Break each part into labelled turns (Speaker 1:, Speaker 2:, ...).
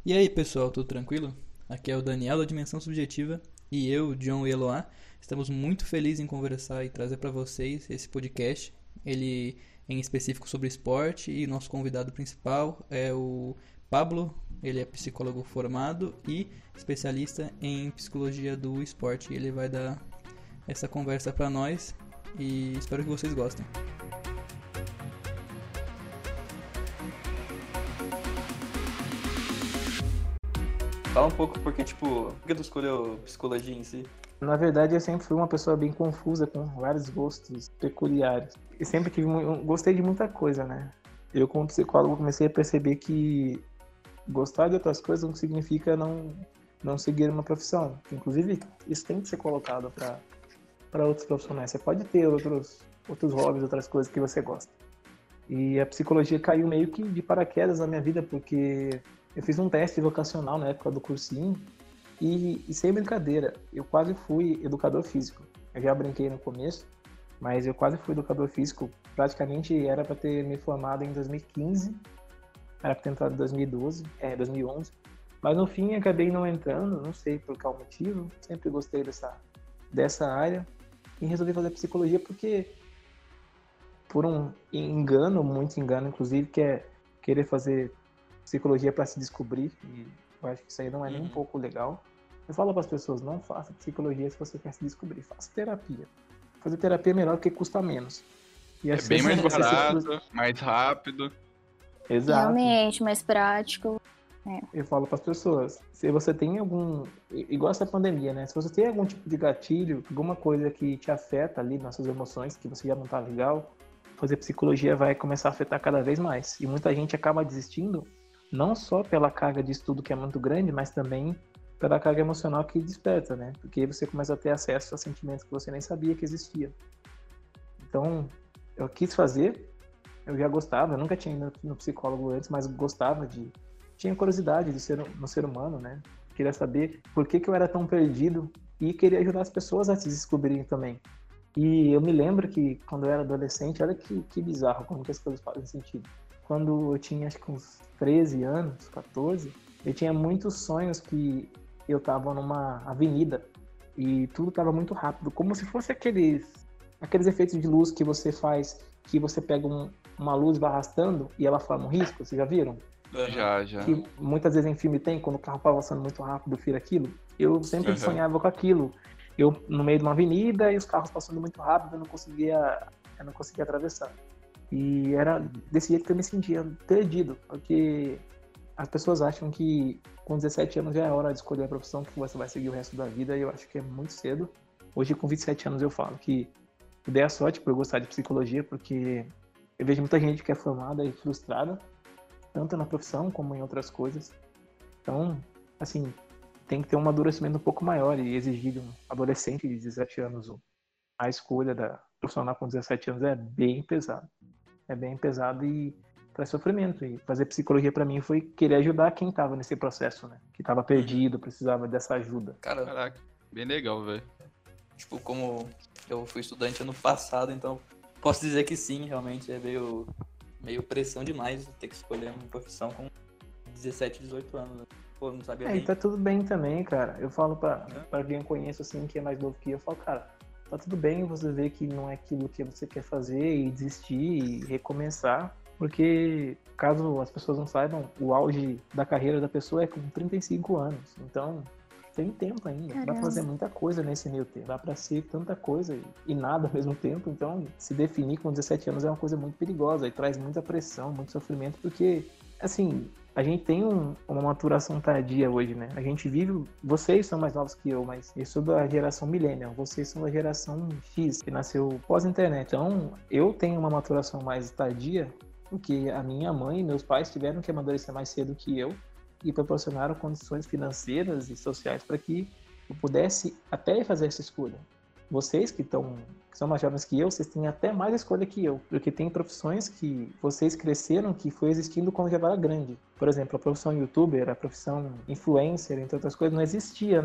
Speaker 1: E aí, pessoal, tudo tranquilo? Aqui é o Daniel da Dimensão Subjetiva e eu, John e Eloá, estamos muito felizes em conversar e trazer para vocês esse podcast. Ele em específico sobre esporte e nosso convidado principal é o Pablo. Ele é psicólogo formado e especialista em psicologia do esporte. Ele vai dar essa conversa para nós e espero que vocês gostem. Fala um pouco porque, por que tu escolheu psicologia em si?
Speaker 2: Na verdade, eu sempre fui uma pessoa bem confusa, com vários gostos peculiares. E sempre gostei de muita coisa, né? Eu, como psicólogo, comecei a perceber que gostar de outras coisas não significa não seguir uma profissão. Inclusive, isso tem que ser colocado para outros profissionais. Você pode ter outros hobbies, outras coisas que você gosta. E a psicologia caiu meio que de paraquedas na minha vida, porque eu fiz um teste vocacional na época do cursinho e sem brincadeira, eu quase fui educador físico. Eu já brinquei no começo, mas eu quase fui educador físico. Praticamente era para ter me formado em 2015, era para ter entrado em 2011. Mas no fim acabei não entrando, não sei por qual motivo. Sempre gostei dessa área e resolvi fazer psicologia porque por um engano, muito engano, inclusive, que é querer fazer psicologia para se descobrir, e eu acho que isso aí não é nem um pouco legal. Eu falo para as pessoas, não faça psicologia se você quer se descobrir, faça terapia. Fazer terapia é melhor porque custa menos. E
Speaker 3: É bem mais barato, mais rápido.
Speaker 2: Exato.
Speaker 4: Realmente, mais prático.
Speaker 2: Eu falo para as pessoas, se você tem igual essa pandemia, né? Se você tem algum tipo de gatilho, alguma coisa que te afeta ali nas suas emoções, que você já não tá legal, fazer psicologia vai começar a afetar cada vez mais. E muita gente acaba desistindo, não só pela carga de estudo que é muito grande, mas também pela carga emocional que desperta, né? Porque aí você começa a ter acesso a sentimentos que você nem sabia que existia. Então, eu quis fazer, eu já gostava, eu nunca tinha ido no psicólogo antes, mas gostava tinha curiosidade no ser humano, né? Queria saber por que eu era tão perdido e queria ajudar as pessoas a se descobrirem também. E eu me lembro que quando eu era adolescente, olha que bizarro como que as coisas fazem sentido. Quando eu tinha acho que uns 13 anos, 14, eu tinha muitos sonhos que eu estava numa avenida e tudo estava muito rápido, como se fosse aqueles efeitos de luz que você faz, que você pega uma luz vai arrastando e ela forma um risco, vocês já viram?
Speaker 3: Já.
Speaker 2: Que muitas vezes em filme tem, quando o carro vai passando muito rápido, vira aquilo. Eu sempre sonhava com aquilo. Eu no meio de uma avenida e os carros passando muito rápido, eu não conseguia atravessar. E era desse jeito que eu me sentia perdido, porque as pessoas acham que com 17 anos já é hora de escolher a profissão que você vai seguir o resto da vida, e eu acho que é muito cedo. Hoje, com 27 anos, eu falo que eu dei a sorte por eu gostar de psicologia, porque eu vejo muita gente que é formada e frustrada, tanto na profissão como em outras coisas. Então, assim, tem que ter um amadurecimento um pouco maior e exigir de um adolescente de 17 anos a escolha da profissional com 17 anos é bem pesado. É bem pesado e traz sofrimento. E fazer psicologia para mim foi querer ajudar quem estava nesse processo, né? Que estava perdido, precisava dessa ajuda.
Speaker 3: Caraca, bem legal, velho.
Speaker 1: Como eu fui estudante ano passado, então posso dizer que sim, realmente é meio pressão demais ter que escolher uma profissão com 17, 18 anos. Pô, não sabia nem.
Speaker 2: E tá tudo bem também, cara. Eu falo pra quem eu conheço, assim, que é mais novo que eu falo, cara, tá tudo bem você ver que não é aquilo que você quer fazer e desistir e recomeçar, porque, caso as pessoas não saibam, o auge da carreira da pessoa é com 35 anos. Então, tem tempo ainda.
Speaker 4: Caramba.
Speaker 2: Dá pra fazer muita coisa nesse meio tempo. Dá pra ser tanta coisa e nada ao mesmo tempo. Então, se definir com 17 anos é uma coisa muito perigosa e traz muita pressão, muito sofrimento, porque, assim, a gente tem uma maturação tardia hoje, né? A gente vive... Vocês são mais novos que eu, mas eu sou da geração millennial. Vocês são da geração X, que nasceu pós-internet. Então, eu tenho uma maturação mais tardia, porque a minha mãe e meus pais tiveram que amadurecer mais cedo que eu e proporcionaram condições financeiras e sociais para que eu pudesse até fazer essa escolha. Vocês que são mais jovens que eu, vocês têm até mais escolha que eu, porque tem profissões que vocês cresceram que foi existindo quando já era grande. Por exemplo, a profissão youtuber, a profissão influencer, entre outras coisas, não existia, né?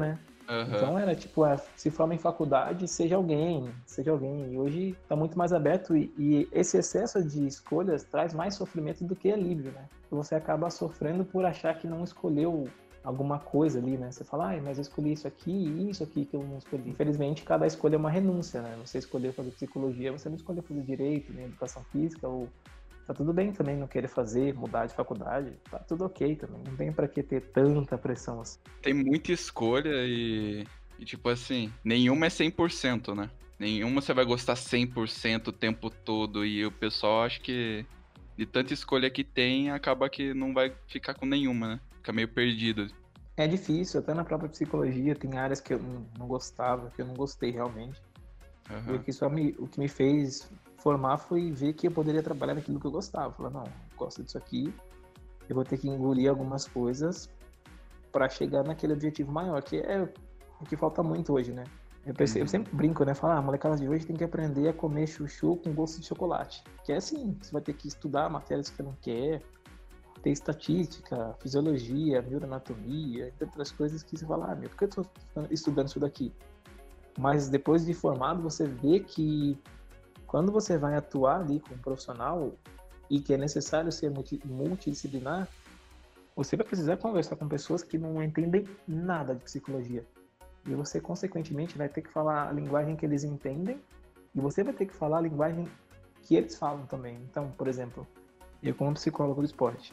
Speaker 2: Então era tipo, se forma em faculdade, seja alguém. E hoje está muito mais aberto e esse excesso de escolhas traz mais sofrimento do que alívio, né? Você acaba sofrendo por achar que não escolheu alguma coisa ali, né? Você fala, mas eu escolhi isso aqui e isso aqui que eu não escolhi. Infelizmente, cada escolha é uma renúncia, né? Você escolheu fazer psicologia, você não escolheu fazer direito, nem educação física, ou tá tudo bem também não querer fazer, mudar de faculdade, tá tudo ok também. Não tem pra que ter tanta pressão assim.
Speaker 3: Tem muita escolha e tipo assim, nenhuma é 100%, né? Nenhuma você vai gostar 100% o tempo todo e o pessoal acha que de tanta escolha que tem, acaba que não vai ficar com nenhuma, né? Fica meio perdido.
Speaker 2: É difícil, até na própria psicologia tem áreas que eu não gostava, que eu não gostei realmente.
Speaker 3: Uhum.
Speaker 2: E o que me fez formar foi ver que eu poderia trabalhar naquilo que eu gostava. Falar, não, eu gosto disso aqui, eu vou ter que engolir algumas coisas para chegar naquele objetivo maior, que é o que falta muito hoje, né? Eu sempre brinco, né? Falar, a molecada de hoje tem que aprender a comer chuchu com gosto de chocolate. Que é assim, você vai ter que estudar matérias que você não quer, ter estatística, fisiologia, neuroanatomia, entre outras coisas que você fala, por que eu tô estudando isso daqui? Mas depois de formado, você vê que quando você vai atuar ali como profissional e que é necessário ser multidisciplinar, você vai precisar conversar com pessoas que não entendem nada de psicologia. E você, consequentemente, vai ter que falar a linguagem que eles entendem e você vai ter que falar a linguagem que eles falam também. Então, por exemplo, eu como psicólogo do esporte,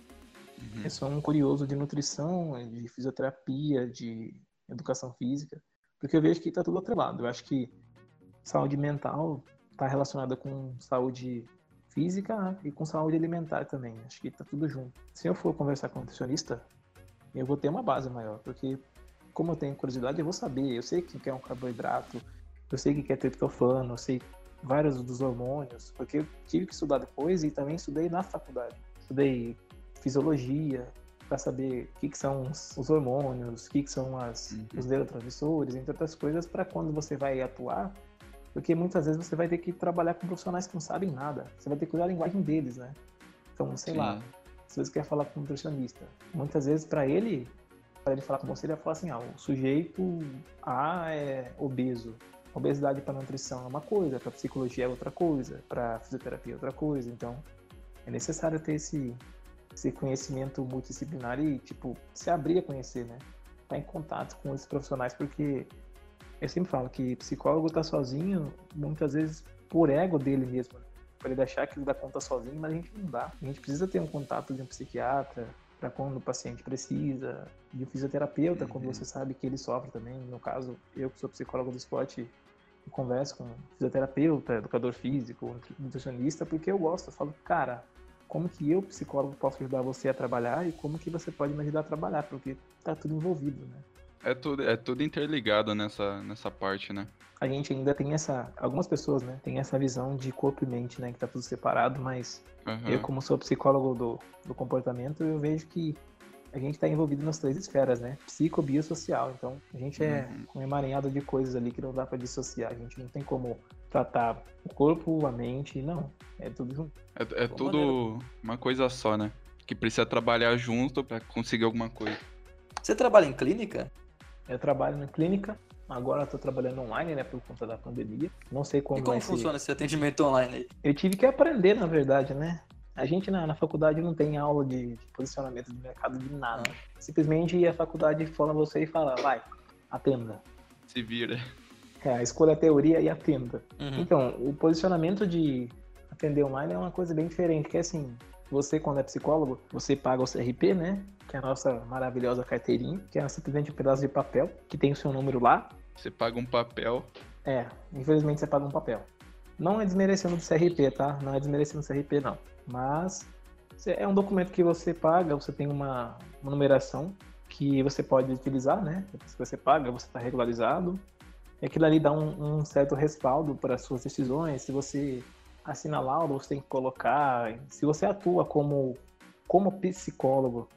Speaker 2: eu sou um curioso de nutrição, de fisioterapia, de educação física, porque eu vejo que está tudo atrelado. Eu acho que saúde mental está relacionada com saúde física e com saúde alimentar também. Acho que está tudo junto. Se eu for conversar com um nutricionista, eu vou ter uma base maior, porque como eu tenho curiosidade, eu vou saber. Eu sei que é um carboidrato, eu sei que é triptofano, eu sei vários dos hormônios, porque eu tive que estudar depois e também estudei na faculdade. Estudei fisiologia para saber o que são os hormônios, o que são os neurotransmissores, entre outras coisas, para quando você vai atuar, porque muitas vezes você vai ter que trabalhar com profissionais que não sabem nada. Você vai ter que usar a linguagem deles, né? Então, sei lá, se você quer falar com um nutricionista, muitas vezes para ele falar com você, ele vai falar assim, o sujeito A é obeso. Obesidade para nutrição é uma coisa, para psicologia é outra coisa, para fisioterapia é outra coisa. Então, é necessário ter esse conhecimento multidisciplinar e, se abrir a conhecer, né? Estar em contato com esses profissionais, porque eu sempre falo que psicólogo está sozinho, muitas vezes por ego dele mesmo, né? Para ele achar que ele dá conta sozinho, mas a gente não dá. A gente precisa ter um contato de um psiquiatra, para quando o paciente precisa, de um fisioterapeuta, quando você sabe que ele sofre também. No caso, eu que sou psicólogo do esporte, eu converso com fisioterapeuta, educador físico, nutricionista, porque eu gosto. Eu falo, cara, como que eu, psicólogo, posso ajudar você a trabalhar e como que você pode me ajudar a trabalhar, porque tá tudo envolvido, né?
Speaker 3: É tudo interligado nessa parte, né?
Speaker 2: A gente ainda tem algumas pessoas, né, tem essa visão de corpo e mente, né, que tá tudo separado, mas eu, como sou psicólogo do comportamento, eu vejo que a gente tá envolvido nas 3 esferas, né, psico, bio, social. Então, a gente é um emaranhado de coisas ali que não dá pra dissociar. A gente não tem como tratar o corpo, a mente, não. É tudo junto.
Speaker 3: É tudo uma coisa só, né? Que precisa trabalhar junto pra conseguir alguma coisa.
Speaker 1: Você trabalha em clínica?
Speaker 2: Eu trabalho na clínica. Agora eu tô trabalhando online, né, por conta da pandemia. Não sei como
Speaker 1: vai ser. E como funciona esse atendimento online aí?
Speaker 2: Eu tive que aprender, na verdade, né? A gente na faculdade não tem aula de posicionamento de mercado de nada. Simplesmente a faculdade fala você e fala, vai, atenda.
Speaker 3: Se vira.
Speaker 2: Escolha a teoria e atenda. Então, o posicionamento de atender online é uma coisa bem diferente, que é assim, você quando é psicólogo, você paga o CRP, né? Que é a nossa maravilhosa carteirinha, que é simplesmente um pedaço de papel, que tem o seu número lá.
Speaker 3: Você paga um papel.
Speaker 2: Infelizmente você paga um papel. Não é desmerecendo do CRP, tá? Não é desmerecendo do CRP, não. Mas é um documento que você paga, você tem uma numeração que você pode utilizar, né? Depois que você paga, você está regularizado. E aquilo ali dá um certo respaldo para as suas decisões. Se você assina laudo, você tem que colocar. Se você atua como psicólogo,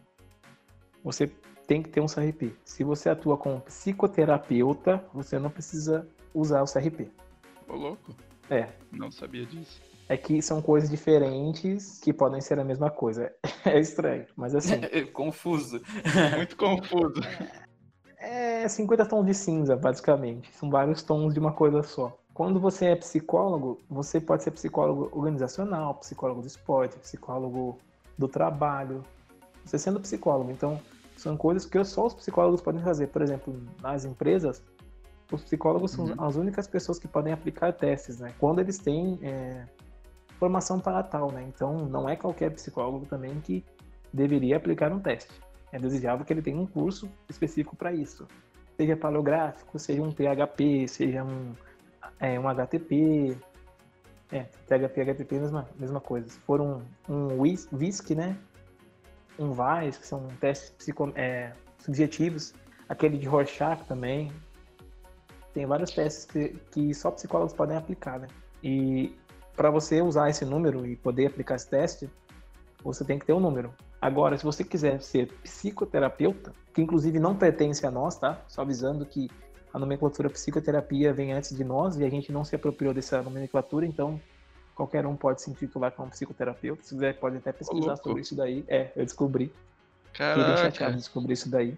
Speaker 2: você tem que ter um CRP. Se você atua como psicoterapeuta, você não precisa usar o CRP.
Speaker 3: Ô, louco. Não sabia disso.
Speaker 2: É que são coisas diferentes que podem ser a mesma coisa. É estranho, mas assim...
Speaker 1: Confuso.
Speaker 3: Muito confuso.
Speaker 2: É 50 tons de cinza, basicamente. São vários tons de uma coisa só. Quando você é psicólogo, você pode ser psicólogo organizacional, psicólogo do esporte, psicólogo do trabalho. Você sendo psicólogo, então são coisas que só os psicólogos podem fazer. Por exemplo, nas empresas, os psicólogos são as únicas pessoas que podem aplicar testes, né? Quando eles têm formação para tal, né? Então não é qualquer psicólogo também que deveria aplicar um teste. É desejável que ele tenha um curso específico para isso. Seja paleográfico, seja um PHP, seja um HTP. PHP e HTP é a mesma coisa. Se for um WISC, né? Um VAIS, que são testes subjetivos. Aquele de Rorschach também. Tem vários testes que só psicólogos podem aplicar, né? E para você usar esse número e poder aplicar esse teste, você tem que ter um número. Agora, se você quiser ser psicoterapeuta, que inclusive não pertence a nós, tá? Só avisando que a nomenclatura psicoterapia vem antes de nós e a gente não se apropriou dessa nomenclatura, então qualquer um pode se intitular como psicoterapeuta. Se quiser, pode até pesquisar sobre isso daí. Eu descobri. Fiquei bem chateado de descobrir isso daí.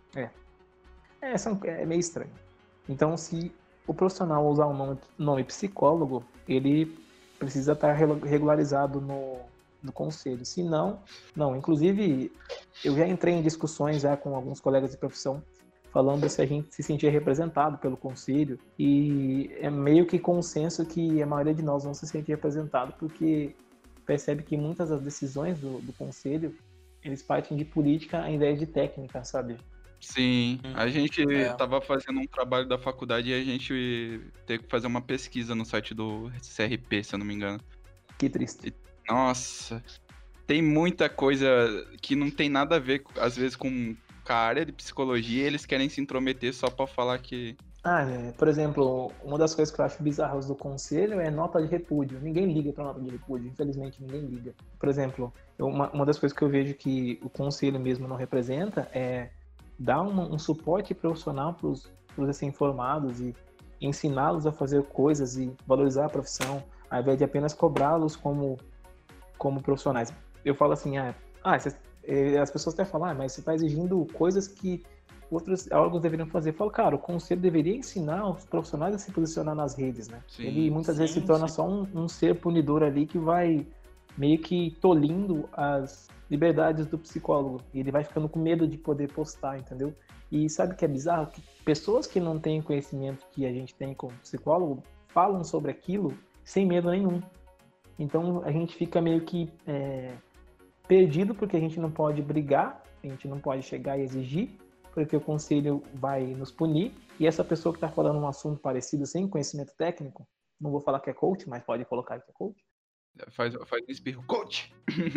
Speaker 2: É meio estranho. Então, se o profissional usar o nome psicólogo, ele precisa estar regularizado no conselho. Se não. Inclusive, eu já entrei em discussões já com alguns colegas de profissão falando se a gente se sentia representado pelo conselho, e é meio que consenso que a maioria de nós não se sente representado, porque percebe que muitas das decisões do conselho, eles partem de política ao invés de técnica, sabe?
Speaker 3: Sim, a gente tava fazendo um trabalho da faculdade e a gente teve que fazer uma pesquisa no site do CRP, se eu não me engano.
Speaker 2: Que triste.
Speaker 3: Nossa, tem muita coisa que não tem nada a ver, às vezes, com a área de psicologia, e eles querem se intrometer só pra falar que...
Speaker 2: Por exemplo, uma das coisas que eu acho bizarras do conselho é nota de repúdio. Ninguém liga pra nota de repúdio, infelizmente ninguém liga. Por exemplo, uma das coisas que eu vejo que o conselho mesmo não representa é dar um suporte profissional para os recém-formados e ensiná-los a fazer coisas e valorizar a profissão, ao invés de apenas cobrá-los como profissionais. Eu falo assim, as pessoas até falam, mas você está exigindo coisas que outros órgãos deveriam fazer. Eu falo, cara, o conselho deveria ensinar os profissionais a se posicionar nas redes, né?
Speaker 3: Sim,
Speaker 2: ele muitas vezes se torna só um ser punidor ali que vai meio que tolindo as liberdades do psicólogo. E ele vai ficando com medo de poder postar, entendeu? E sabe o que é bizarro? Que pessoas que não têm conhecimento que a gente tem como psicólogo falam sobre aquilo sem medo nenhum. Então a gente fica meio que perdido, porque a gente não pode brigar, a gente não pode chegar e exigir, porque o conselho vai nos punir, e essa pessoa que está falando um assunto parecido sem conhecimento técnico, não vou falar que é coach, mas pode colocar que é coach.
Speaker 3: Faz um espirro, coach!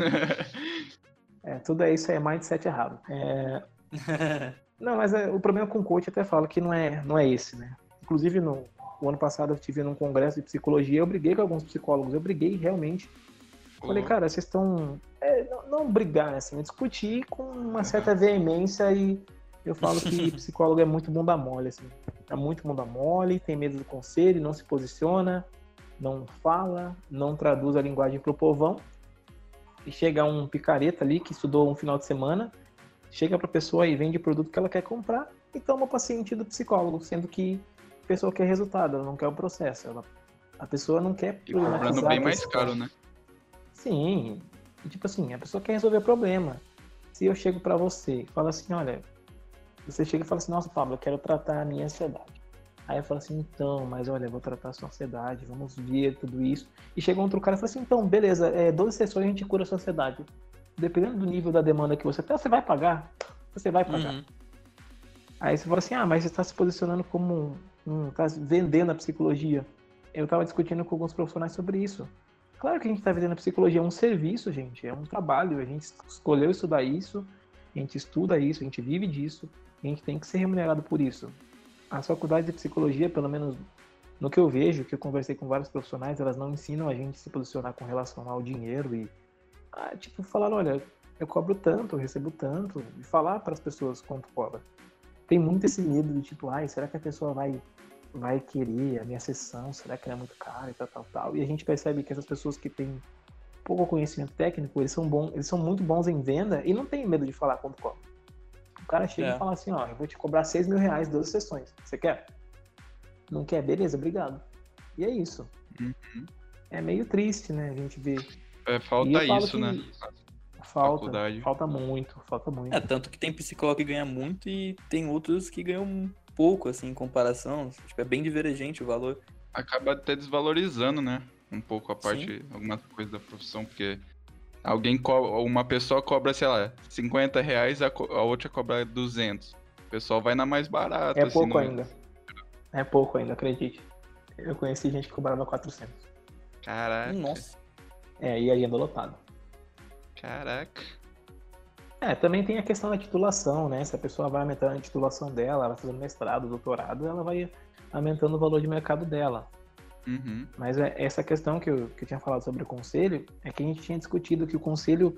Speaker 2: Tudo isso é mindset errado. Não, mas o problema com o coach, até falo que não é esse, né? Inclusive, no ano passado eu estive num congresso de psicologia, eu briguei com alguns psicólogos, eu briguei realmente. Falei, cara, vocês estão... não brigar, assim, discutir com uma certa veemência, e eu falo que psicólogo é muito bunda mole, assim. É muito bunda mole, tem medo do conselho, não se posiciona, não fala, não traduz a linguagem pro povão. E chega um picareta ali que estudou um final de semana, chega pra pessoa e vende o produto que ela quer comprar e toma o paciente do psicólogo, sendo que a pessoa quer resultado, ela não quer o processo. A pessoa não quer
Speaker 3: problematizar. E cobrando bem mais caro, né?
Speaker 2: Sim. E, tipo assim, a pessoa quer resolver o problema. Se eu chego pra você e falo assim, olha, você chega e fala assim, nossa, Pablo, eu quero tratar a minha ansiedade. Aí eu falo assim, então, mas olha, eu vou tratar a sua ansiedade, vamos ver tudo isso. E chega um outro cara e fala assim, então, beleza, 12 sessões a gente cura a sua ansiedade. Dependendo do nível da demanda que você tem, você vai pagar. Você vai pagar.
Speaker 1: Uhum.
Speaker 2: Aí você fala assim, mas você está se posicionando como tá vendendo a psicologia. Eu estava discutindo com alguns profissionais sobre isso. Claro que a gente está vendendo a psicologia, é um serviço, gente, é um trabalho. A gente escolheu estudar isso, a gente estuda isso, a gente vive disso, a gente tem que ser remunerado por isso. As faculdades de psicologia, pelo menos no que eu vejo, que eu conversei com vários profissionais, elas não ensinam a gente a se posicionar com relação ao dinheiro e, falar, olha, eu cobro tanto, eu recebo tanto, e falar para as pessoas quanto cobra. Tem muito esse medo de será que a pessoa vai querer a minha sessão? Será que ela é muito cara e tal? E a gente percebe que essas pessoas que têm pouco conhecimento técnico, eles são muito bons em venda e não têm medo de falar quanto cobra. O cara chega e fala assim, ó, eu vou te cobrar R$6.000, 12 sessões. Você quer? Não quer? Beleza, obrigado. E é isso.
Speaker 3: Uhum.
Speaker 2: É meio triste, né, a gente ver.
Speaker 3: Falta isso, né?
Speaker 2: Falta muito.
Speaker 1: Tanto que tem psicólogo que ganha muito e tem outros que ganham pouco, assim, em comparação. Tipo, é bem divergente o valor.
Speaker 3: Acaba até desvalorizando, né? Um pouco a parte, alguma coisa da profissão, porque uma pessoa cobra, sei lá, R$50, a outra cobra 200. O pessoal vai na mais barata.
Speaker 2: É pouco ainda. É pouco ainda, acredite. Eu conheci gente que cobrava 400.
Speaker 3: Caraca.
Speaker 1: Nossa.
Speaker 2: E agenda lotada.
Speaker 3: Caraca.
Speaker 2: Também tem a questão da titulação, né? Se a pessoa vai aumentando a titulação dela, ela vai fazendo mestrado, doutorado, ela vai aumentando o valor de mercado dela.
Speaker 3: Uhum.
Speaker 2: Mas essa questão que eu tinha falado sobre o conselho, é que a gente tinha discutido que o conselho,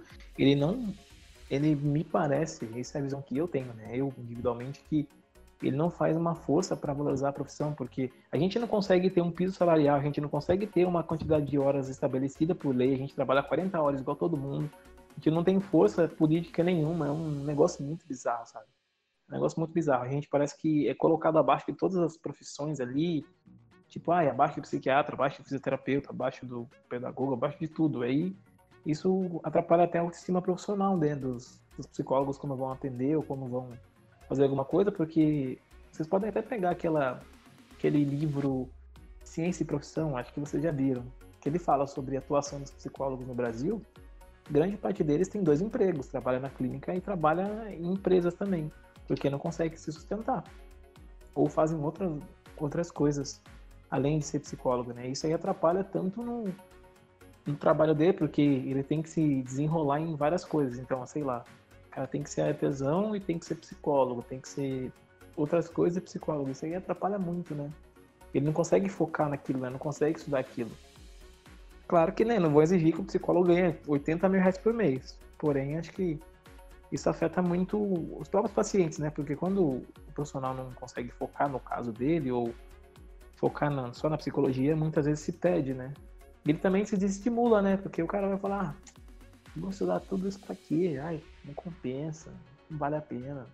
Speaker 2: ele me parece, essa é a visão que eu tenho, né? Eu individualmente, que ele não faz uma força para valorizar a profissão, porque a gente não consegue ter um piso salarial, a gente não consegue ter uma quantidade de horas estabelecida por lei, a gente trabalha 40 horas igual todo mundo, a gente não tem força política nenhuma, é um negócio muito bizarro, sabe? Um negócio muito bizarro. A gente parece que é colocado abaixo de todas as profissões ali, tipo, abaixo do psiquiatra, abaixo do fisioterapeuta, abaixo do pedagogo, abaixo de tudo. Aí isso atrapalha até a autoestima profissional, né, dos psicólogos, como vão atender ou como vão fazer alguma coisa, porque vocês podem até pegar aquele livro Ciência e Profissão, acho que vocês já viram, que ele fala sobre a atuação dos psicólogos no Brasil. Grande parte deles tem 2 empregos, trabalha na clínica e trabalha em empresas também, porque não consegue se sustentar. Ou fazem outras coisas, além de ser psicólogo, né? Isso aí atrapalha tanto no trabalho dele, porque ele tem que se desenrolar em várias coisas. Então, sei lá, o cara tem que ser artesão e tem que ser psicólogo, tem que ser outras coisas e psicólogo. Isso aí atrapalha muito, né? Ele não consegue focar naquilo, né? Não consegue estudar aquilo. Claro que, né, não vou exigir que o psicólogo ganhe R$80.000 por mês. Porém, acho que isso afeta muito os próprios pacientes, né? Porque quando o profissional não consegue focar no caso dele ou focar só na psicologia, muitas vezes se perde, né? Ele também se desestimula, né? Porque o cara vai falar, vou estudar tudo isso pra quê? Não compensa, não vale a pena.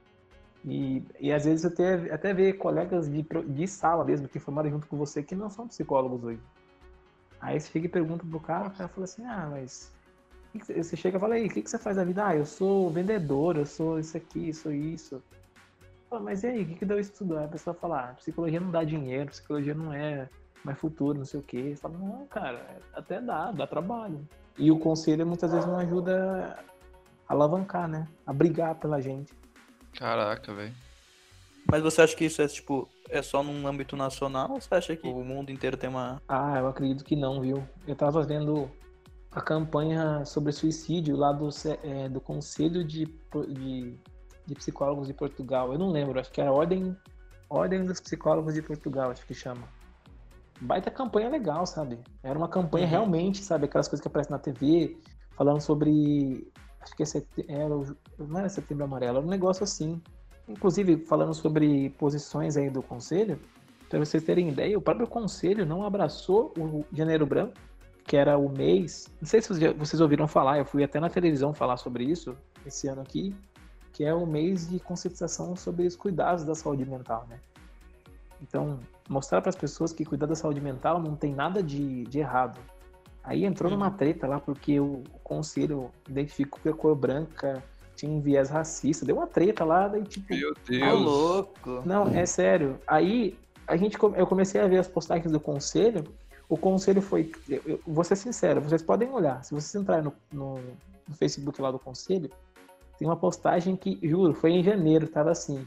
Speaker 2: E às vezes até vê colegas de sala mesmo, que formaram junto com você, que não são psicólogos hoje. Aí você chega e pergunta pro cara, o cara fala assim, mas... Você chega e fala, aí, o que você faz na vida? Eu sou vendedor, eu sou isso aqui, sou isso. Fala, mas e aí, o que deu estudar? A pessoa fala, psicologia não dá dinheiro, psicologia não é mais futuro, não sei o quê. Você fala, não, cara, até dá trabalho. E o conselho muitas vezes não ajuda a alavancar, né? A brigar pela gente.
Speaker 3: Caraca, velho.
Speaker 1: Mas você acha que isso é só num âmbito nacional ou você acha que o mundo inteiro tem uma...
Speaker 2: Eu acredito que não, viu? Eu tava vendo a campanha sobre suicídio lá do Conselho de Psicólogos de Portugal. Eu não lembro, acho que era Ordem dos Psicólogos de Portugal, acho que chama. Baita campanha legal, sabe? Era uma campanha realmente, sabe? Aquelas coisas que aparecem na TV, falando sobre... Acho que não era Setembro Amarelo, era um negócio assim. Inclusive, falando sobre posições aí do Conselho, para vocês terem ideia, o próprio Conselho não abraçou o Janeiro Branco, que era o mês... Não sei se vocês ouviram falar, eu fui até na televisão falar sobre isso esse ano aqui, que é o mês de conscientização sobre os cuidados da saúde mental, né? Então, mostrar para as pessoas que cuidar da saúde mental não tem nada de errado. Aí entrou numa treta lá, porque o Conselho identificou que a cor branca tinha um viés racista. Deu uma treta lá, daí tipo...
Speaker 3: Meu Deus!
Speaker 1: Tá louco!
Speaker 2: Não, é sério. Aí, eu comecei a ver as postagens do Conselho. O Conselho foi... Eu vou ser sincero, vocês podem olhar. Se vocês entrarem no Facebook lá do Conselho, tem uma postagem que, juro, foi em janeiro, tava assim...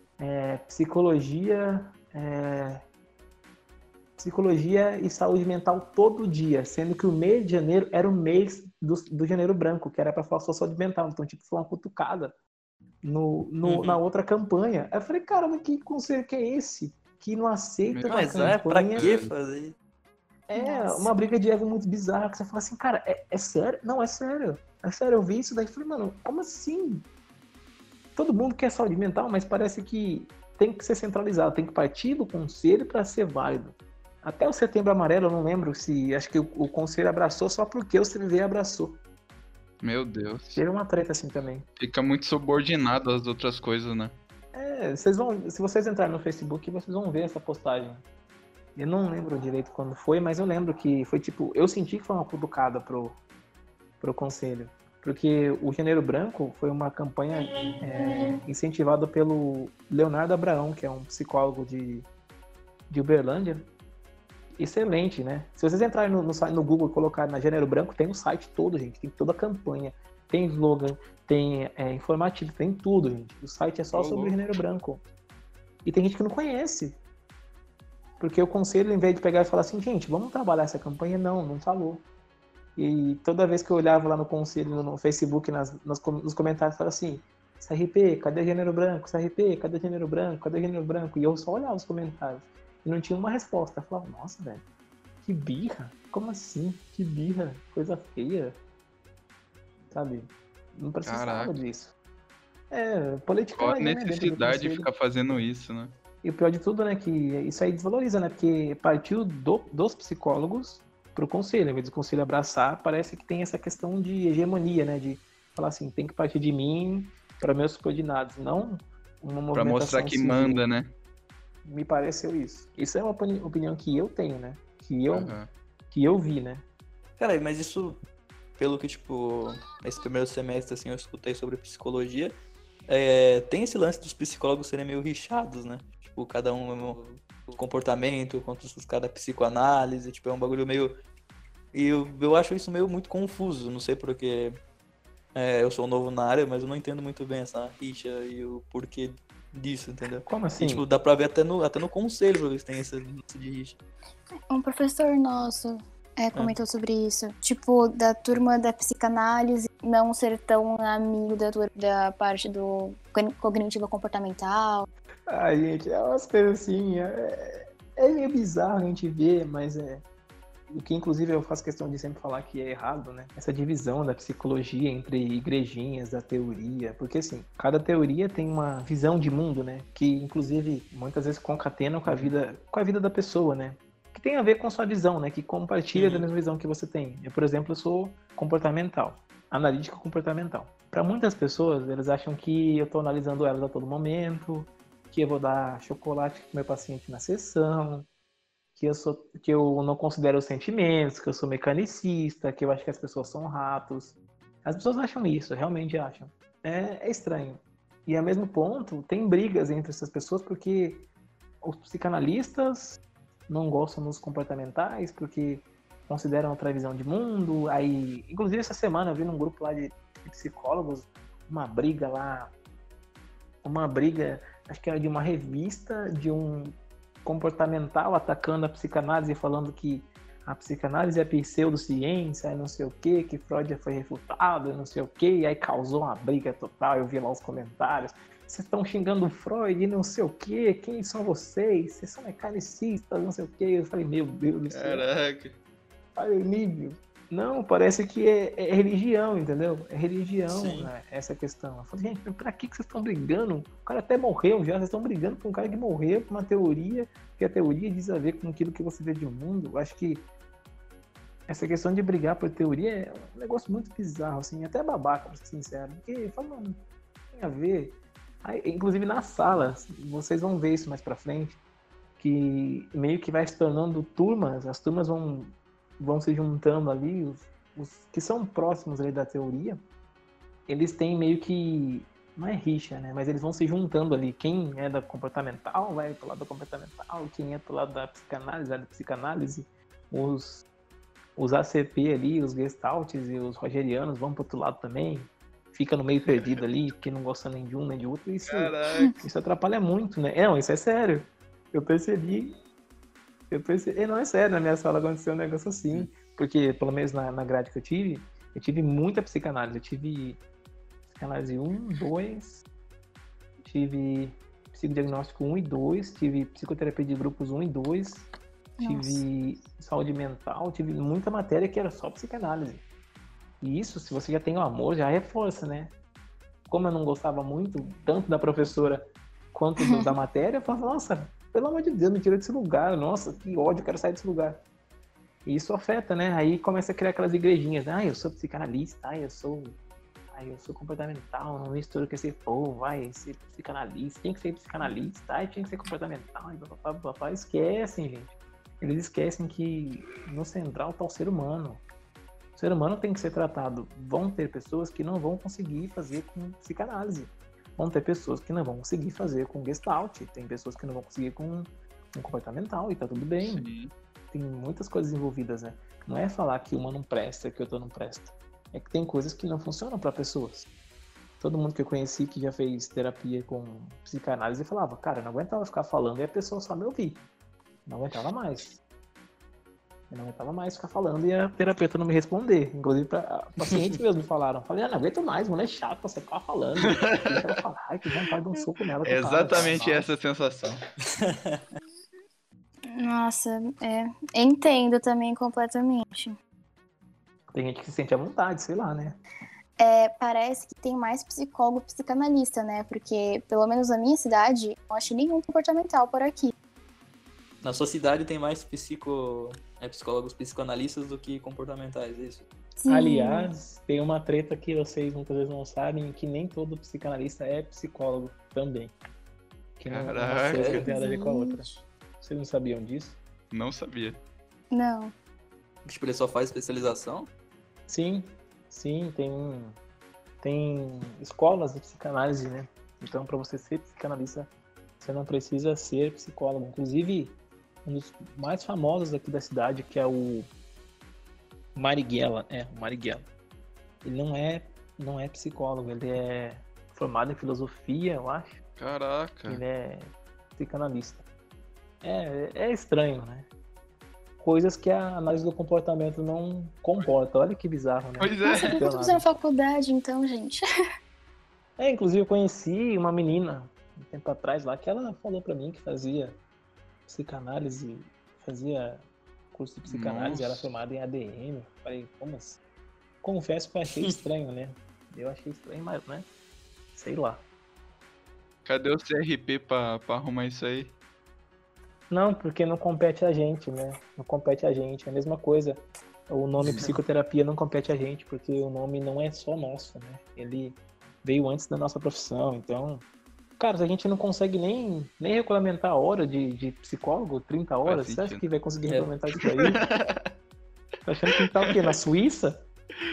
Speaker 2: Psicologia e saúde mental todo dia, sendo que o mês de janeiro era o mês do Janeiro Branco, que era para falar só saúde mental. Então, tipo, foi uma cutucada na outra campanha. Aí eu falei, cara, mas que conselho que é esse? Que não aceita uma campanha...
Speaker 1: pra que fazer?
Speaker 2: Uma briga de ego muito bizarra, que você fala assim, cara, é sério? Não, é sério. É sério, eu vi isso daí e falei, mano, como assim? Todo mundo quer saúde mental, mas parece que tem que ser centralizado, tem que partir do conselho para ser válido. Até o Setembro Amarelo, eu não lembro se... Acho que o conselho abraçou só porque o CVV abraçou.
Speaker 3: Meu Deus.
Speaker 2: Teve uma treta assim também.
Speaker 3: Fica muito subordinado às outras coisas, né?
Speaker 2: Se vocês entrarem no Facebook, vocês vão ver essa postagem. Eu não lembro direito quando foi, mas eu lembro que foi tipo... Eu senti que foi uma cutucada pro conselho. Porque o Janeiro Branco foi uma campanha incentivada pelo Leonardo Abraão, que é um psicólogo de Uberlândia. Excelente, né? Se vocês entrarem no Google e colocarem na Janeiro Branco, tem o site todo, gente. Tem toda a campanha. Tem slogan, tem informativo, tem tudo, gente. O site é só sobre o Janeiro Branco. E tem gente que não conhece. Porque o conselho, em vez de pegar e falar assim, gente, vamos trabalhar essa campanha, não falou. E toda vez que eu olhava lá no conselho, no Facebook, nos comentários, falava assim, CRP, cadê Janeiro Branco? CRP, cadê Janeiro Branco? Cadê Janeiro Branco? E eu só olhava os comentários. E não tinha uma resposta. Eu falava, nossa, velho, que birra. Como assim? Que birra. Coisa feia. Sabe? Não precisava disso. Politicagem,
Speaker 3: qual a necessidade de ficar fazendo isso, né?
Speaker 2: E o pior de tudo, né, que isso aí desvaloriza, né? Porque partiu dos psicólogos pro conselho. Ao invés do conselho abraçar, parece que tem essa questão de hegemonia, né? De falar assim, tem que partir de mim para meus subordinados, não uma movimentação
Speaker 3: pra mostrar que
Speaker 2: civil.
Speaker 3: manda, né?
Speaker 2: Me pareceu isso. Isso é uma opinião que eu tenho, né? Que eu vi, né?
Speaker 1: Cara, mas isso, pelo que, tipo, nesse primeiro semestre, assim, eu escutei sobre psicologia, tem esse lance dos psicólogos serem meio rixados, né? Tipo, cada um o comportamento, quanto cada psicoanálise, tipo, é um bagulho meio... E eu acho isso meio muito confuso, não sei porque eu sou novo na área, mas eu não entendo muito bem essa rixa e o porquê disso, entendeu?
Speaker 2: Como assim?
Speaker 1: E, tipo, dá pra ver até no conselho pra ver se tem esse lance de rixa.
Speaker 4: Um professor nosso comentou sobre isso. Tipo, da turma da psicanálise não ser tão amigo da parte do cognitivo comportamental.
Speaker 2: Ai, gente, é umas coisas assim, é meio bizarro a gente ver, mas o que inclusive eu faço questão de sempre falar que é errado, né? Essa divisão da psicologia entre igrejinhas, da teoria, porque assim, cada teoria tem uma visão de mundo, né? Que inclusive muitas vezes concatena com a vida da pessoa, né? Que tem a ver com a sua visão, né? Que compartilha da mesma visão que você tem. Eu, por exemplo, sou comportamental, analítico comportamental. Para muitas pessoas, elas acham que eu estou analisando elas a todo momento, que eu vou dar chocolate pro meu paciente na sessão, que eu não considero os sentimentos, que eu sou mecanicista, que eu acho que as pessoas são ratos. As pessoas acham isso, realmente acham. É estranho. E ao mesmo ponto, tem brigas entre essas pessoas porque os psicanalistas não gostam dos comportamentais, porque consideram outra visão de mundo. Aí, inclusive essa semana eu vi num grupo lá de psicólogos uma briga, acho que era de uma revista, de um comportamental atacando a psicanálise, falando que a psicanálise é pseudociência, e não sei o que Freud foi refutado, não sei o que, e aí causou uma briga total. Eu vi lá os comentários, vocês estão xingando o Freud e não sei o que, quem são vocês? Vocês são mecanicistas, não sei o que. Eu falei, meu Deus do céu.
Speaker 3: Caraca.
Speaker 2: Olha o nível. Não, parece que é religião, entendeu? É religião, né, essa questão. Eu falei, gente, pra que vocês estão brigando? O cara até morreu já, vocês estão brigando com um cara que morreu, com uma teoria, que a teoria diz a ver com aquilo que você vê de mundo. Eu acho que essa questão de brigar por teoria é um negócio muito bizarro, assim, até babaca, pra ser sincero. Porque, falando, tem a ver. Aí, inclusive na sala, vocês vão ver isso mais pra frente, que meio que vai se tornando turmas, as turmas vão se juntando ali, os que são próximos ali da teoria, eles têm meio que, não é rixa, né, mas eles vão se juntando ali, quem é da comportamental vai pro lado da comportamental, quem é pro lado da psicanálise vai da psicanálise, os ACP ali, os gestalts e os rogerianos vão pro outro lado também, fica no meio perdido ali, que não gosta nem de um nem de outro, isso atrapalha muito, né, não, isso é sério, eu percebi, não, é sério, na minha sala aconteceu um negócio assim, porque pelo menos na grade que eu tive muita psicanálise, eu tive psicanálise 1, 2, tive psicodiagnóstico 1 e 2, tive psicoterapia de grupos 1 e 2, tive saúde mental, tive muita matéria que era só psicanálise. E isso, se você já tem o amor, já reforça, né? Como eu não gostava muito, tanto da professora quanto da matéria, eu falava, nossa, pelo amor de Deus, me tira desse lugar. Nossa, que ódio, eu quero sair desse lugar. E isso afeta, né? Aí começa a criar aquelas igrejinhas, né? Eu sou psicanalista, eu sou comportamental, não misturo com esse povo, vai ser psicanalista, tem que ser psicanalista, tinha que ser comportamental, e papapá, esquecem, gente. Eles esquecem que no central tá o ser humano. O ser humano tem que ser tratado. Vão ter pessoas que não vão conseguir fazer com psicanálise. Vão ter pessoas que não vão conseguir fazer com Gestalt. Tem pessoas que não vão conseguir com comportamental e tá tudo bem.
Speaker 3: Sim.
Speaker 2: Tem muitas coisas envolvidas, né? Não é falar que uma não presta, que outra não presta. É que tem coisas que não funcionam para pessoas. Todo mundo que eu conheci que já fez terapia com psicanálise falava, cara, eu não aguentava ficar falando e a pessoa só me ouvir. Não aguentava mais. Eu não aguentava mais ficar falando e a terapeuta não me responder. Inclusive, pacientes mesmo falaram. Falei, não aguento mais, mulher chata, você ficar falando. Deixa ela falar, ai, que vontade de um soco nela.
Speaker 3: Exatamente essa sensação.
Speaker 4: Nossa, entendo também completamente.
Speaker 2: Tem gente que se sente à vontade, sei lá, né?
Speaker 4: Parece que tem mais psicólogo psicanalista, né? Porque, pelo menos na minha cidade, não achei nenhum comportamental por aqui.
Speaker 1: Na sua cidade tem mais psicólogos psicanalistas do que comportamentais, é isso?
Speaker 4: Sim.
Speaker 2: Aliás, tem uma treta que vocês muitas vezes não sabem, que nem todo psicanalista é psicólogo também. Que uma
Speaker 3: Caraca.
Speaker 2: coisa não tem nada a ver com a outra. Vocês não sabiam disso?
Speaker 3: Não sabia.
Speaker 4: Não.
Speaker 1: Tipo, ele só faz especialização?
Speaker 2: Sim, tem escolas de psicanálise, né? Então, para você ser psicanalista, você não precisa ser psicólogo. Inclusive, um dos mais famosos aqui da cidade, que é o Marighella. O Marighella. Ele não é psicólogo, ele é formado em filosofia, eu acho.
Speaker 3: Caraca.
Speaker 2: Ele é psicanalista. É estranho, né? Coisas que a análise do comportamento não comporta. Olha que bizarro, né?
Speaker 3: Pois
Speaker 4: Nossa, por que eu tô fazendo faculdade, então, gente?
Speaker 2: Inclusive eu conheci uma menina um tempo atrás lá, que ela falou pra mim que fazia psicanálise, fazia curso de psicanálise, era formada em ADM. Falei, como assim? Confesso que eu achei estranho, né? Eu achei estranho, mas, né? Sei lá.
Speaker 3: Cadê o CRP pra arrumar isso aí?
Speaker 2: Não, porque não compete a gente, né? Não compete a gente. É a mesma coisa. O nome psicoterapia não compete a gente, porque o nome não é só nosso, né? Ele veio antes da nossa profissão. Então, cara, se a gente não consegue nem regulamentar a hora de psicólogo, 30 horas, você acha que vai conseguir regulamentar isso aí? Tá achando que tá o quê? Na Suíça?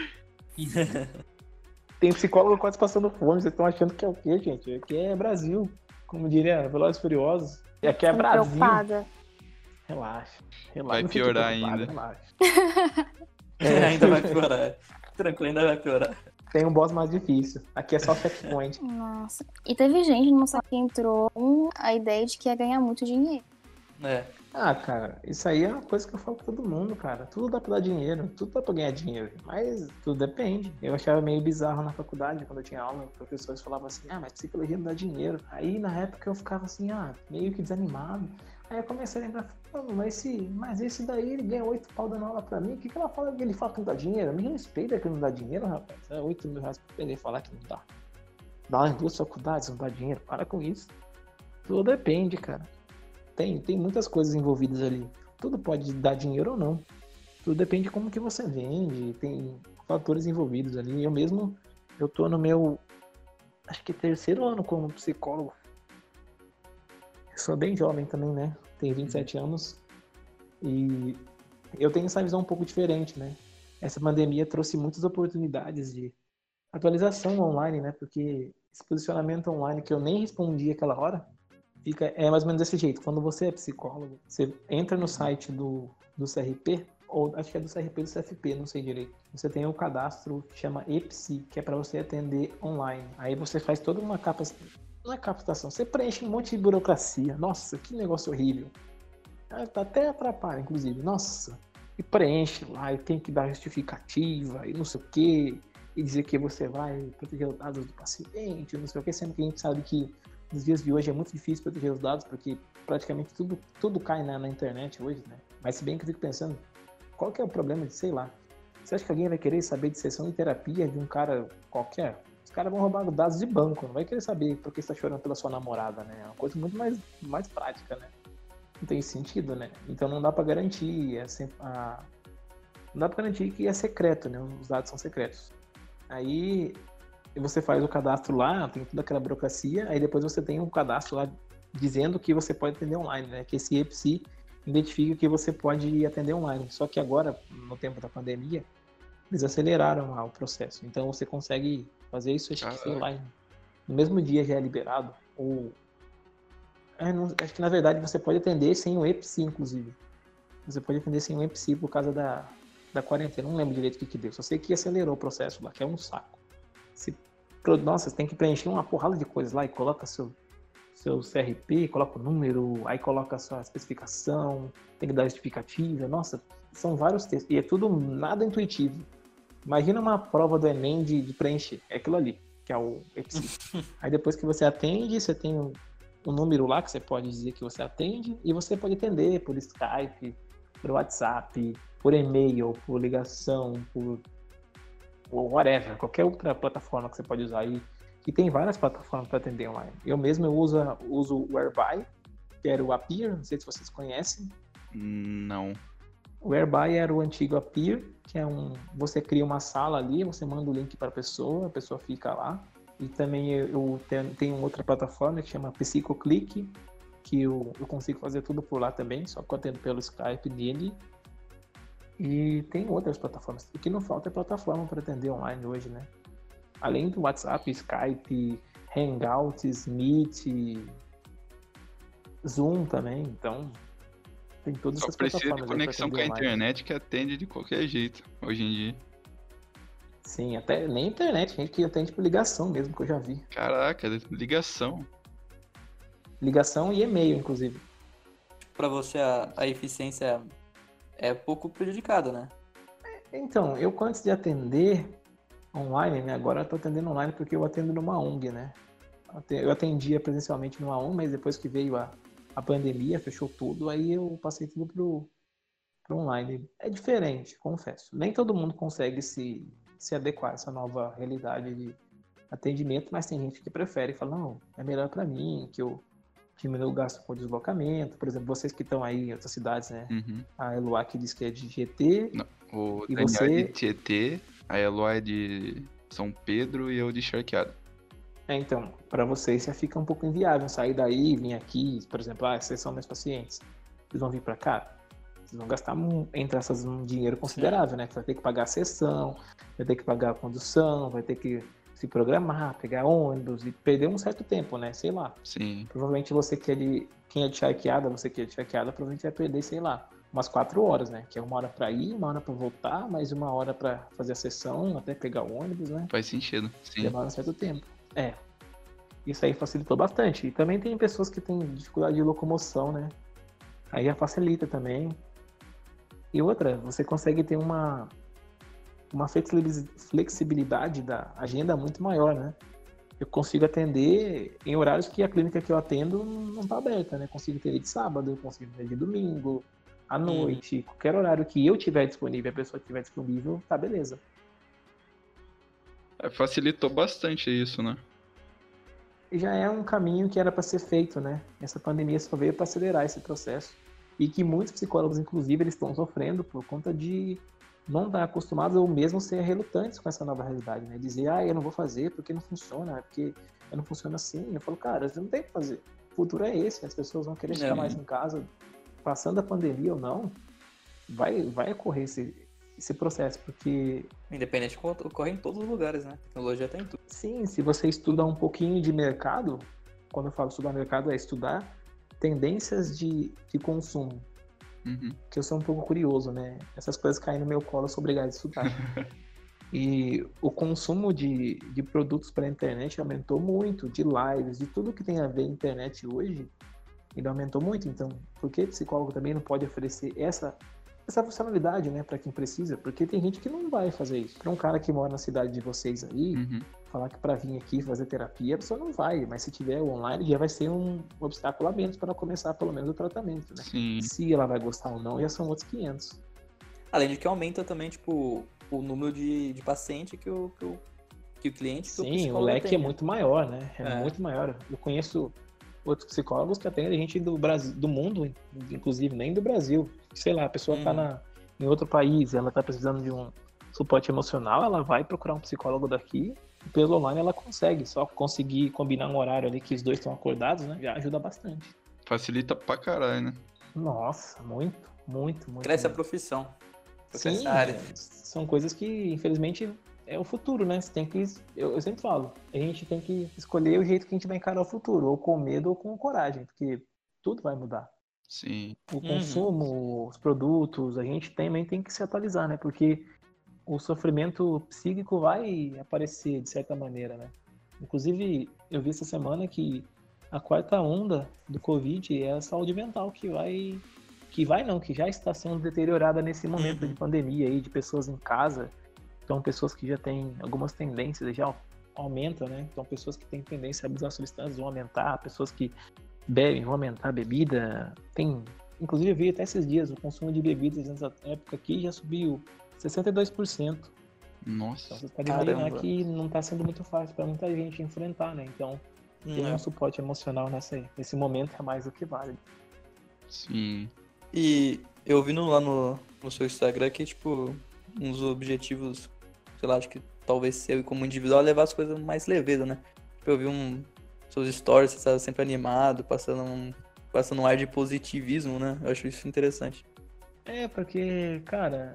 Speaker 2: Tem psicólogo quase passando fome. Vocês estão achando que é o quê, gente? Aqui é Brasil. Como diria Velozes e Furiosos. E aqui é Brasil.
Speaker 4: Preocupada.
Speaker 2: Relaxa.
Speaker 3: Vai piorar ainda.
Speaker 2: Relaxa.
Speaker 1: Ainda vai piorar. Tranquilo, ainda vai piorar.
Speaker 2: Tem um boss mais difícil. Aqui é só checkpoint.
Speaker 4: Nossa. E teve gente no nossa que entrou com a ideia de que ia ganhar muito dinheiro.
Speaker 2: Cara, isso aí é uma coisa que eu falo pra todo mundo, cara. Tudo dá pra dar dinheiro, tudo dá pra ganhar dinheiro. Mas tudo depende. Eu achava meio bizarro na faculdade, quando eu tinha aula, os professores falavam assim, mas psicologia não dá dinheiro. Aí na época eu ficava assim, meio que desanimado. Aí eu comecei a lembrar, mas esse daí ele ganha 8 pau dando aula pra mim. O que ela fala que ele fala que não dá dinheiro? Me respeita que não dá dinheiro, rapaz. É 8 mil reais pra ele falar que não dá. Dá em 2 faculdades, não dá dinheiro. Para com isso. Tudo depende, cara. Tem muitas coisas envolvidas ali. Tudo pode dar dinheiro ou não. Tudo depende de como que você vende. Tem fatores envolvidos ali. Eu tô no meu, acho que 3º ano como psicólogo. Eu sou bem jovem também, né? Tenho 27 anos. E eu tenho essa visão um pouco diferente, né? Essa pandemia trouxe muitas oportunidades de atualização online, né? Porque esse posicionamento online que eu nem respondi aquela hora, é mais ou menos desse jeito. Quando você é psicólogo, você entra no site do CRP, ou acho que é do CRP ou do CFP, não sei direito. Você tem um cadastro que chama ePsi, que é para você atender online. Aí você faz toda uma não é captação, você preenche um monte de burocracia. Nossa, que negócio horrível. Até atrapalha, inclusive. Nossa, e preenche lá, e tem que dar justificativa, e não sei o quê, e dizer que você vai proteger os dados do paciente, não sei o quê, sendo que a gente sabe que nos dias de hoje é muito difícil proteger os dados, porque praticamente tudo cai na internet hoje, né? Mas se bem que eu fico pensando, qual que é o problema de, sei lá, você acha que alguém vai querer saber de sessão de terapia de um cara qualquer? Os caras vão roubar dados de banco, não vai querer saber porque você está chorando pela sua namorada, né? É uma coisa muito mais prática, né? Não tem sentido, né? Então não dá para garantir não dá pra garantir que é secreto, né? Os dados são secretos. Aí você faz o cadastro lá, tem toda aquela burocracia, aí depois você tem um cadastro lá dizendo que você pode atender online, né? Que esse EPSI identifica que você pode atender online. Só que agora, no tempo da pandemia, eles aceleraram lá o processo. Então você consegue fazer isso, acho que, sei lá, no mesmo dia já é liberado. Ou acho que na verdade você pode atender sem o EPSI, inclusive. Você pode atender sem o EPSI por causa da quarentena. Não lembro direito o que deu. Só sei que acelerou o processo lá, que é um saco. Nossa, você tem que preencher uma porrada de coisas lá e coloca seu CRP, coloca o número, aí coloca a sua especificação, tem que dar justificativa. Nossa, são vários textos. E é tudo nada intuitivo. Imagina uma prova do Enem de preencher. É aquilo ali, que é o EPSI. Aí depois que você atende, você tem um número lá que você pode dizer que você atende e você pode atender por Skype, por WhatsApp, por e-mail, por ligação, por whatever, qualquer outra plataforma que você pode usar aí. E tem várias plataformas para atender online. Eu mesmo uso o Whereby, que era o Appear, não sei se vocês conhecem.
Speaker 3: Não.
Speaker 2: O Whereby era o antigo Appear, que é você cria uma sala ali, você manda o link para a pessoa fica lá. E também eu tenho outra plataforma que chama PsicoClick, que eu consigo fazer tudo por lá também, só que eu atendo pelo Skype dele. E tem outras plataformas. O que não falta é plataforma para atender online hoje, né? Além do WhatsApp, Skype, Hangouts, Meet, Zoom também. Então, tem todas essas plataformas.
Speaker 3: Só precisa de conexão com a internet que atende de qualquer jeito, hoje em dia.
Speaker 2: Sim, até nem internet, gente que atende por ligação mesmo, que eu já vi.
Speaker 3: Caraca, ligação.
Speaker 2: Ligação e e-mail, inclusive.
Speaker 1: Pra você, a eficiência é pouco prejudicada, né?
Speaker 2: Então, eu antes de atender online, né? Agora eu tô atendendo online porque eu atendo numa ONG, né? Eu atendia presencialmente numa ONG, mas depois que veio a pandemia, fechou tudo, aí eu passei tudo pro online. É diferente, confesso. Nem todo mundo consegue se adequar a essa nova realidade de atendimento, mas tem gente que prefere e fala, não, é melhor para mim, que eu diminuo o gasto com deslocamento. Por exemplo, vocês que estão aí em outras cidades, né?
Speaker 3: Uhum.
Speaker 2: A Eloá que diz que é de GT.
Speaker 3: Não, o
Speaker 2: e
Speaker 3: Daniel
Speaker 2: você...
Speaker 3: é de Tietê, a Eloá é de São Pedro e eu de Charqueado.
Speaker 2: Então, para vocês já fica um pouco inviável sair daí, vir aqui, por exemplo, vocês são meus pacientes, vocês vão vir para cá, vocês vão gastar entre essas um dinheiro considerável, né? Você vai ter que pagar a sessão, vai ter que pagar a condução, vai ter que se programar, pegar ônibus e perder um certo tempo, né? Sei lá.
Speaker 3: Sim.
Speaker 2: Provavelmente quem é de Charqueada, provavelmente vai perder, sei lá, umas 4 horas, né? Que é 1 hora para ir, 1 hora para voltar, mais 1 hora para fazer a sessão, até pegar o ônibus, né?
Speaker 3: Faz sentido, sim.
Speaker 2: Demora um certo tempo. Isso aí facilitou bastante. E também tem pessoas que têm dificuldade de locomoção, né? Aí já facilita também. E outra, você consegue ter uma flexibilidade da agenda muito maior, né? Eu consigo atender em horários que a clínica que eu atendo não está aberta, né? Consigo atender de sábado, consigo atender de domingo, à noite, qualquer horário que eu tiver disponível, a pessoa tiver disponível, tá beleza.
Speaker 3: Facilitou bastante isso, né?
Speaker 2: E já é um caminho que era para ser feito, né? Essa pandemia só veio para acelerar esse processo. E que muitos psicólogos, inclusive, eles estão sofrendo por conta de não estar acostumados ou mesmo ser relutantes com essa nova realidade, né? Dizer, eu não vou fazer porque não funciona, porque não funciona assim. Eu falo, cara, você não tem que fazer. O futuro é esse, as pessoas vão querer ficar mais em casa, passando a pandemia ou não, vai ocorrer esse processo, porque...
Speaker 1: Independente, ocorre em todos os lugares, né? A tecnologia tá em tudo.
Speaker 2: Sim, se você estuda um pouquinho de mercado, quando eu falo estudar mercado, é estudar tendências de consumo.
Speaker 3: Uhum.
Speaker 2: Que eu sou um pouco curioso, né? Essas coisas caem no meu colo, eu sou obrigado a estudar. E o consumo de produtos pela internet aumentou muito, de lives, de tudo que tem a ver com internet hoje, ele aumentou muito. Então, por que psicólogo também não pode oferecer essa funcionalidade, né, para quem precisa? Porque tem gente que não vai fazer isso. Para um cara que mora na cidade de vocês aí, falar que para vir aqui fazer terapia, a pessoa não vai. Mas se tiver online, já vai ser um obstáculo a menos para começar pelo menos o tratamento, né?
Speaker 3: Sim.
Speaker 2: Se ela vai gostar ou não, já são outros 500.
Speaker 1: Além de que aumenta também, tipo, o número de paciente que o cliente...
Speaker 2: Sim, o leque tem, é muito maior, né? É muito maior. Eu conheço outros psicólogos que atendem gente do Brasil, do mundo, inclusive nem do Brasil. Sei lá, a pessoa tá em outro país, ela tá precisando de um suporte emocional, ela vai procurar um psicólogo daqui. Pelo online ela consegue, só conseguir combinar um horário ali que os dois estão acordados, né? Já ajuda bastante.
Speaker 3: Facilita pra caralho, né?
Speaker 2: Nossa, muito, muito, muito.
Speaker 1: Cresce a
Speaker 2: muito.
Speaker 1: profissão.
Speaker 2: Sim,
Speaker 1: Essa área.
Speaker 2: são coisas que, infelizmente, é o futuro, né? Você tem que, eu sempre falo, a gente tem que escolher o jeito que a gente vai encarar o futuro, ou com medo ou com coragem, porque tudo vai mudar.
Speaker 3: Sim.
Speaker 2: O consumo, os produtos, a gente também tem que se atualizar, né? Porque o sofrimento psíquico vai aparecer de certa maneira, né? Inclusive, eu vi essa semana que a quarta onda do Covid é a saúde mental que já está sendo deteriorada nesse momento de pandemia aí, de pessoas em casa. Então, pessoas que já têm algumas tendências, já aumentam, né? Então, pessoas que têm tendência a abusar substâncias vão aumentar, pessoas que bebem vão aumentar a bebida. Inclusive, eu vi até esses dias, o consumo de bebidas nessa época aqui já subiu 62%.
Speaker 3: Nossa.
Speaker 2: Então, você pode imaginar que não está sendo muito fácil para muita gente enfrentar, né? Então, ter um suporte emocional nesse momento é mais do que válido.
Speaker 3: Sim.
Speaker 1: E eu vi lá no seu Instagram que, tipo, um dos objetivos, sei lá, acho que talvez seu como individual é levar as coisas mais leveza, né? Tipo, eu vi seus stories, você estava sempre animado, passando um ar de positivismo, né? Eu acho isso interessante.
Speaker 2: É, porque, cara,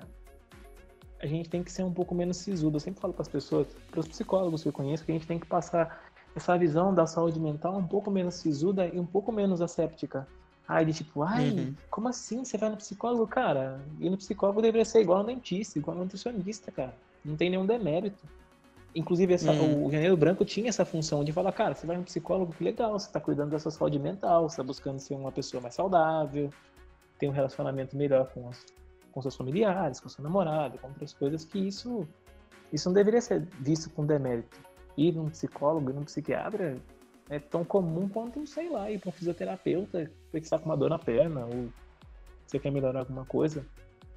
Speaker 2: a gente tem que ser um pouco menos sisudo. Eu sempre falo para as pessoas, para os psicólogos que eu conheço, que a gente tem que passar essa visão da saúde mental um pouco menos sisuda e um pouco menos asséptica. De tipo, como assim você vai no psicólogo? Cara, ir no psicólogo deveria ser igual ao dentista, igual ao nutricionista, cara. Não tem nenhum demérito. Inclusive, o Janeiro Branco tinha essa função de falar, cara, você vai no psicólogo, que legal, você tá cuidando da sua saúde mental, você tá buscando ser uma pessoa mais saudável, ter um relacionamento melhor com seus familiares, com seu namorado, com outras coisas, que isso não deveria ser visto com demérito. Ir num psicólogo, ir num psiquiatra é tão comum quanto, sei lá, ir para um fisioterapeuta porque você está com uma dor na perna ou você quer melhorar alguma coisa.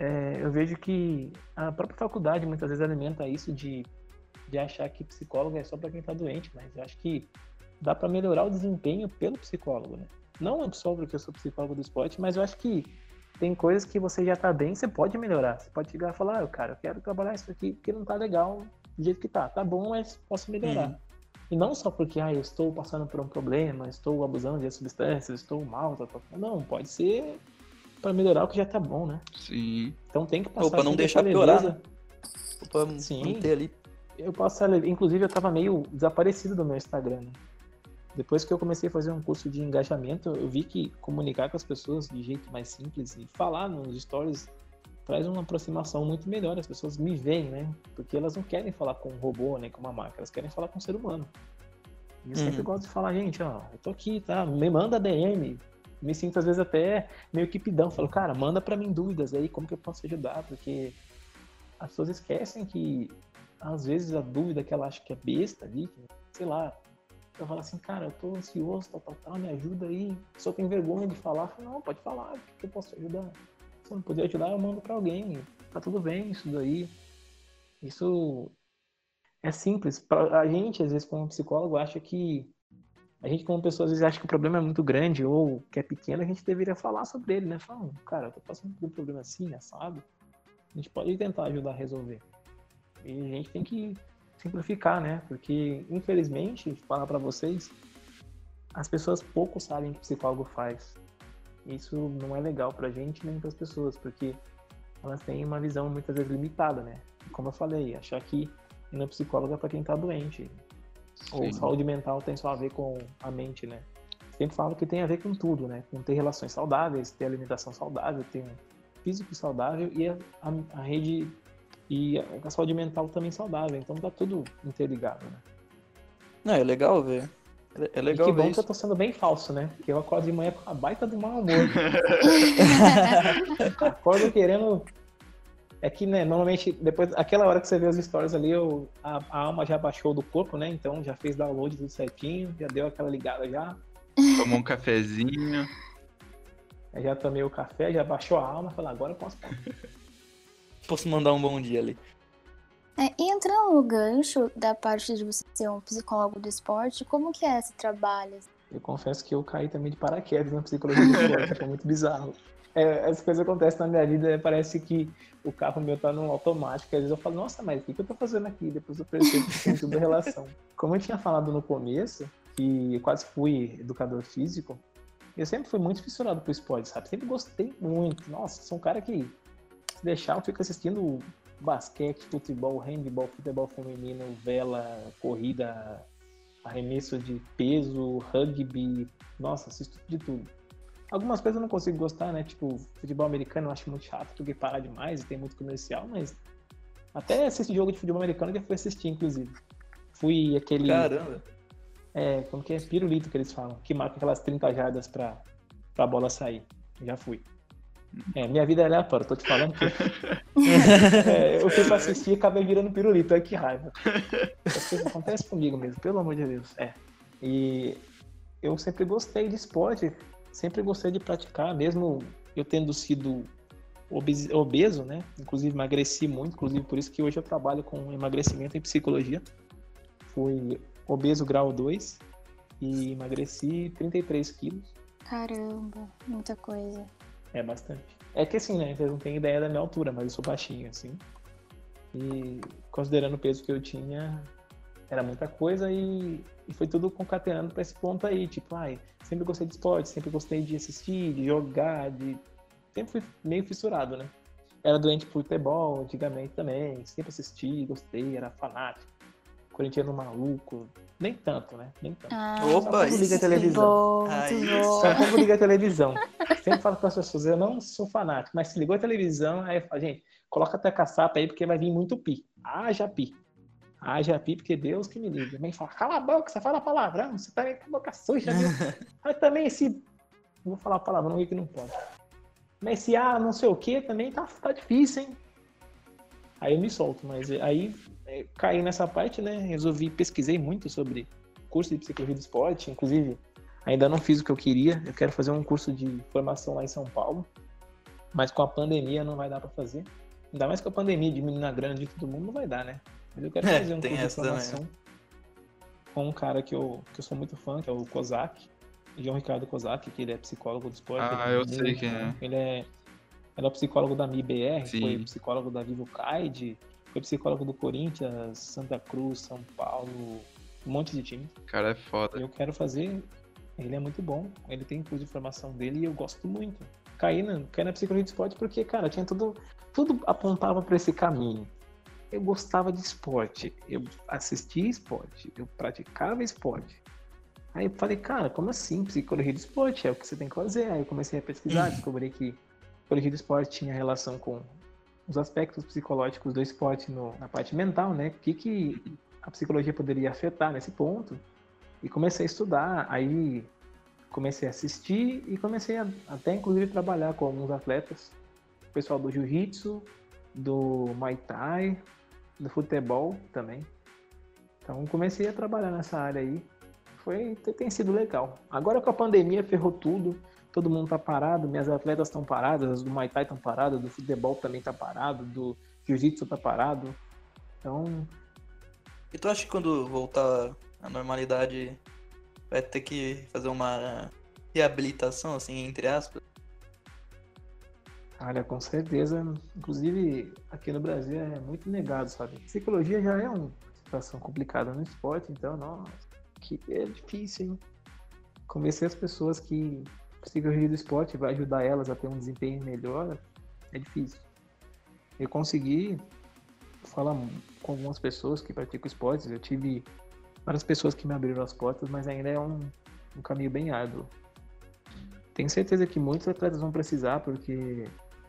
Speaker 2: Eu vejo que a própria faculdade muitas vezes alimenta isso de achar que psicólogo é só para quem está doente, mas eu acho que dá para melhorar o desempenho pelo psicólogo, né? Não é só porque eu sou psicólogo do esporte, mas eu acho que tem coisas que você já tá bem, você pode melhorar. Você pode chegar e falar, cara, eu quero trabalhar isso aqui porque não tá legal do jeito que tá. Tá bom, mas posso melhorar. E não só porque, eu estou passando por um problema, estou abusando de substâncias, estou mal, Não, pode ser para melhorar o que já tá bom, né?
Speaker 3: Sim.
Speaker 2: Então tem que passar
Speaker 1: pra não deixar piorar, né? Pra manter ali.
Speaker 2: Eu posso, inclusive eu tava meio desaparecido do meu Instagram, né? Depois que eu comecei a fazer um curso de engajamento, eu vi que comunicar com as pessoas de jeito mais simples e falar nos stories traz uma aproximação muito melhor. As pessoas me veem, né? Porque elas não querem falar com um robô, nem com uma máquina, elas querem falar com um ser humano. E eu sempre gosto de falar, gente, eu tô aqui, tá? Me manda DM. Me sinto às vezes até meio que pidão. Falo, cara, manda pra mim dúvidas aí, como que eu posso ajudar? Porque as pessoas esquecem que às vezes a dúvida que ela acha que é besta ali, sei lá, eu falo assim, cara, eu tô ansioso, me ajuda aí. Se eu tenho vergonha de falar, eu falo, não, pode falar, o que eu posso te ajudar? Se eu não puder ajudar, eu mando pra alguém. Tá tudo bem isso daí. Isso é simples. A gente, às vezes, como psicólogo, acha que a gente, como pessoa, às vezes acha que o problema é muito grande ou que é pequeno, a gente deveria falar sobre ele, né? Falar, cara, eu tô passando por um problema assim, assado. A gente pode tentar ajudar a resolver. E a gente tem que simplificar, né? Porque, infelizmente, falar pra vocês, as pessoas pouco sabem o que o psicólogo faz. Isso não é legal pra gente nem pras pessoas, porque elas têm uma visão muitas vezes limitada, né? Como eu falei, achar que ir no psicólogo é pra quem tá doente. Sim. Ou saúde mental tem só a ver com a mente, né? Sempre falo que tem a ver com tudo, né? Com ter relações saudáveis, ter alimentação saudável, ter um físico saudável e a rede e a saúde mental também saudável. Então tá tudo interligado, né?
Speaker 1: Não, é legal ver. É legal
Speaker 2: e que bom
Speaker 1: ver
Speaker 2: que eu tô sendo bem falso, né? Porque eu acordo de manhã com a baita do mau humor. Acordo querendo... É que, né, normalmente, depois, aquela hora que você vê os stories ali, a alma já baixou do corpo, né? Então já fez download tudo certinho, já deu aquela ligada já.
Speaker 3: Tomou um cafezinho.
Speaker 2: Eu já tomei o café, já baixou a alma, falei, agora eu posso falar.
Speaker 1: Posso mandar um bom dia ali.
Speaker 4: E entrando no gancho da parte de você ser um psicólogo do esporte, como que é esse trabalho?
Speaker 2: Eu confesso que eu caí também de paraquedas na psicologia do esporte, foi muito bizarro. As coisas acontecem na minha vida, parece que o carro meu tá no automático. Às vezes eu falo, nossa, mas o que eu tô fazendo aqui? Depois eu percebo que tem tudo relação. Como eu tinha falado no começo, que eu quase fui educador físico, eu sempre fui muito fissurado pro esporte, sabe? Sempre gostei muito. Nossa, sou um cara que, se deixar, eu fico assistindo basquete, futebol, handball, futebol feminino, vela, corrida, arremesso de peso, rugby. Nossa, assisto de tudo. Algumas coisas eu não consigo gostar, né? Tipo, futebol americano eu acho muito chato, porque para demais e tem muito comercial, mas até esse jogo de futebol americano eu já fui assistir, inclusive. Fui aquele...
Speaker 1: Caramba.
Speaker 2: como que é? Pirulito que eles falam, que marca aquelas 30 jardas pra bola sair. Já fui. Minha vida é aleatória, tô te falando que eu fui pra assistir e acabei virando pirulito. Ai, que raiva. As coisas acontecem comigo mesmo, pelo amor de Deus. E eu sempre gostei de esporte, sempre gostei de praticar, mesmo eu tendo sido obeso, né? Inclusive emagreci muito, inclusive por isso que hoje eu trabalho com emagrecimento em psicologia. Fui obeso grau 2 e emagreci 33 quilos.
Speaker 4: Caramba, muita coisa.
Speaker 2: É bastante. É que assim, né? Vocês não têm ideia da minha altura, mas eu sou baixinho, assim. E considerando o peso que eu tinha, era muita coisa e foi tudo concatenando pra esse ponto aí. Tipo, sempre gostei de esporte, sempre gostei de assistir, de jogar, sempre fui meio fissurado, né? Era doente por futebol antigamente também, sempre assisti, gostei, era fanático. Corintiano maluco. Nem tanto, né? Nem tanto.
Speaker 1: Opa,
Speaker 2: Só quando liga a televisão.
Speaker 4: Bom, muito bom.
Speaker 2: Só quando liga a televisão. Sempre falo para as pessoas, eu não sou fanático, mas se ligou a televisão, aí eu falo, gente, coloca até caçapa aí, porque vai vir muito pi. Haja pi, porque Deus que me livre. Também fala, cala a boca, você fala palavrão, você tá com a boca suja. Mas também não vou falar palavrão, que não pode. Mas esse não sei o que também tá difícil, hein? Aí eu me solto, mas aí caí nessa parte, né? Pesquisei muito sobre curso de psicologia do esporte, inclusive ainda não fiz o que eu queria. Eu quero fazer um curso de formação lá em São Paulo, mas com a pandemia não vai dar para fazer. Ainda mais com a pandemia diminuindo a grana de todo mundo, não vai dar, né? Mas eu quero fazer um curso de formação com um cara que eu sou muito fã, que é o Kozak, João Ricardo Kozak, que ele é psicólogo do esporte.
Speaker 3: Eu sei quem é.
Speaker 2: Ele é o psicólogo da MIBR,
Speaker 3: Sim.
Speaker 2: foi psicólogo da Vivo Caide, foi psicólogo do Corinthians, Santa Cruz, São Paulo, um monte de time.
Speaker 3: O cara é foda.
Speaker 2: Eu quero fazer, ele é muito bom, ele tem curso de formação dele e eu gosto muito. Caí na psicologia de esporte porque, cara, tinha tudo apontava para esse caminho. Eu gostava de esporte, eu assistia esporte, eu praticava esporte. Aí eu falei, cara, como assim? Psicologia de esporte é o que você tem que fazer. Aí eu comecei a pesquisar, descobri que psicologia do esporte tinha relação com os aspectos psicológicos do esporte na parte mental, né? O que a psicologia poderia afetar nesse ponto. E comecei a estudar, aí comecei a assistir e comecei até inclusive trabalhar com alguns atletas, o pessoal do jiu-jitsu, do muay thai, do futebol também. Então comecei a trabalhar nessa área aí. Tem sido legal. Agora com a pandemia ferrou tudo. Todo mundo tá parado, minhas atletas estão paradas, as do Muay Thai estão paradas, do futebol também tá parado, do Jiu-Jitsu tá parado. Então...
Speaker 1: E tu acha que quando voltar à normalidade vai ter que fazer uma reabilitação, assim, entre aspas?
Speaker 2: Olha, com certeza. Inclusive, aqui no Brasil é muito negado, sabe? Psicologia já é uma situação complicada no esporte, então, nossa, que é difícil, hein? Convencer as pessoas que psicologia do esporte vai ajudar elas a ter um desempenho melhor é difícil. Eu consegui falar com algumas pessoas que praticam esportes, eu tive várias pessoas que me abriram as portas, mas ainda é um caminho bem árduo. Tenho certeza que muitos atletas vão precisar, porque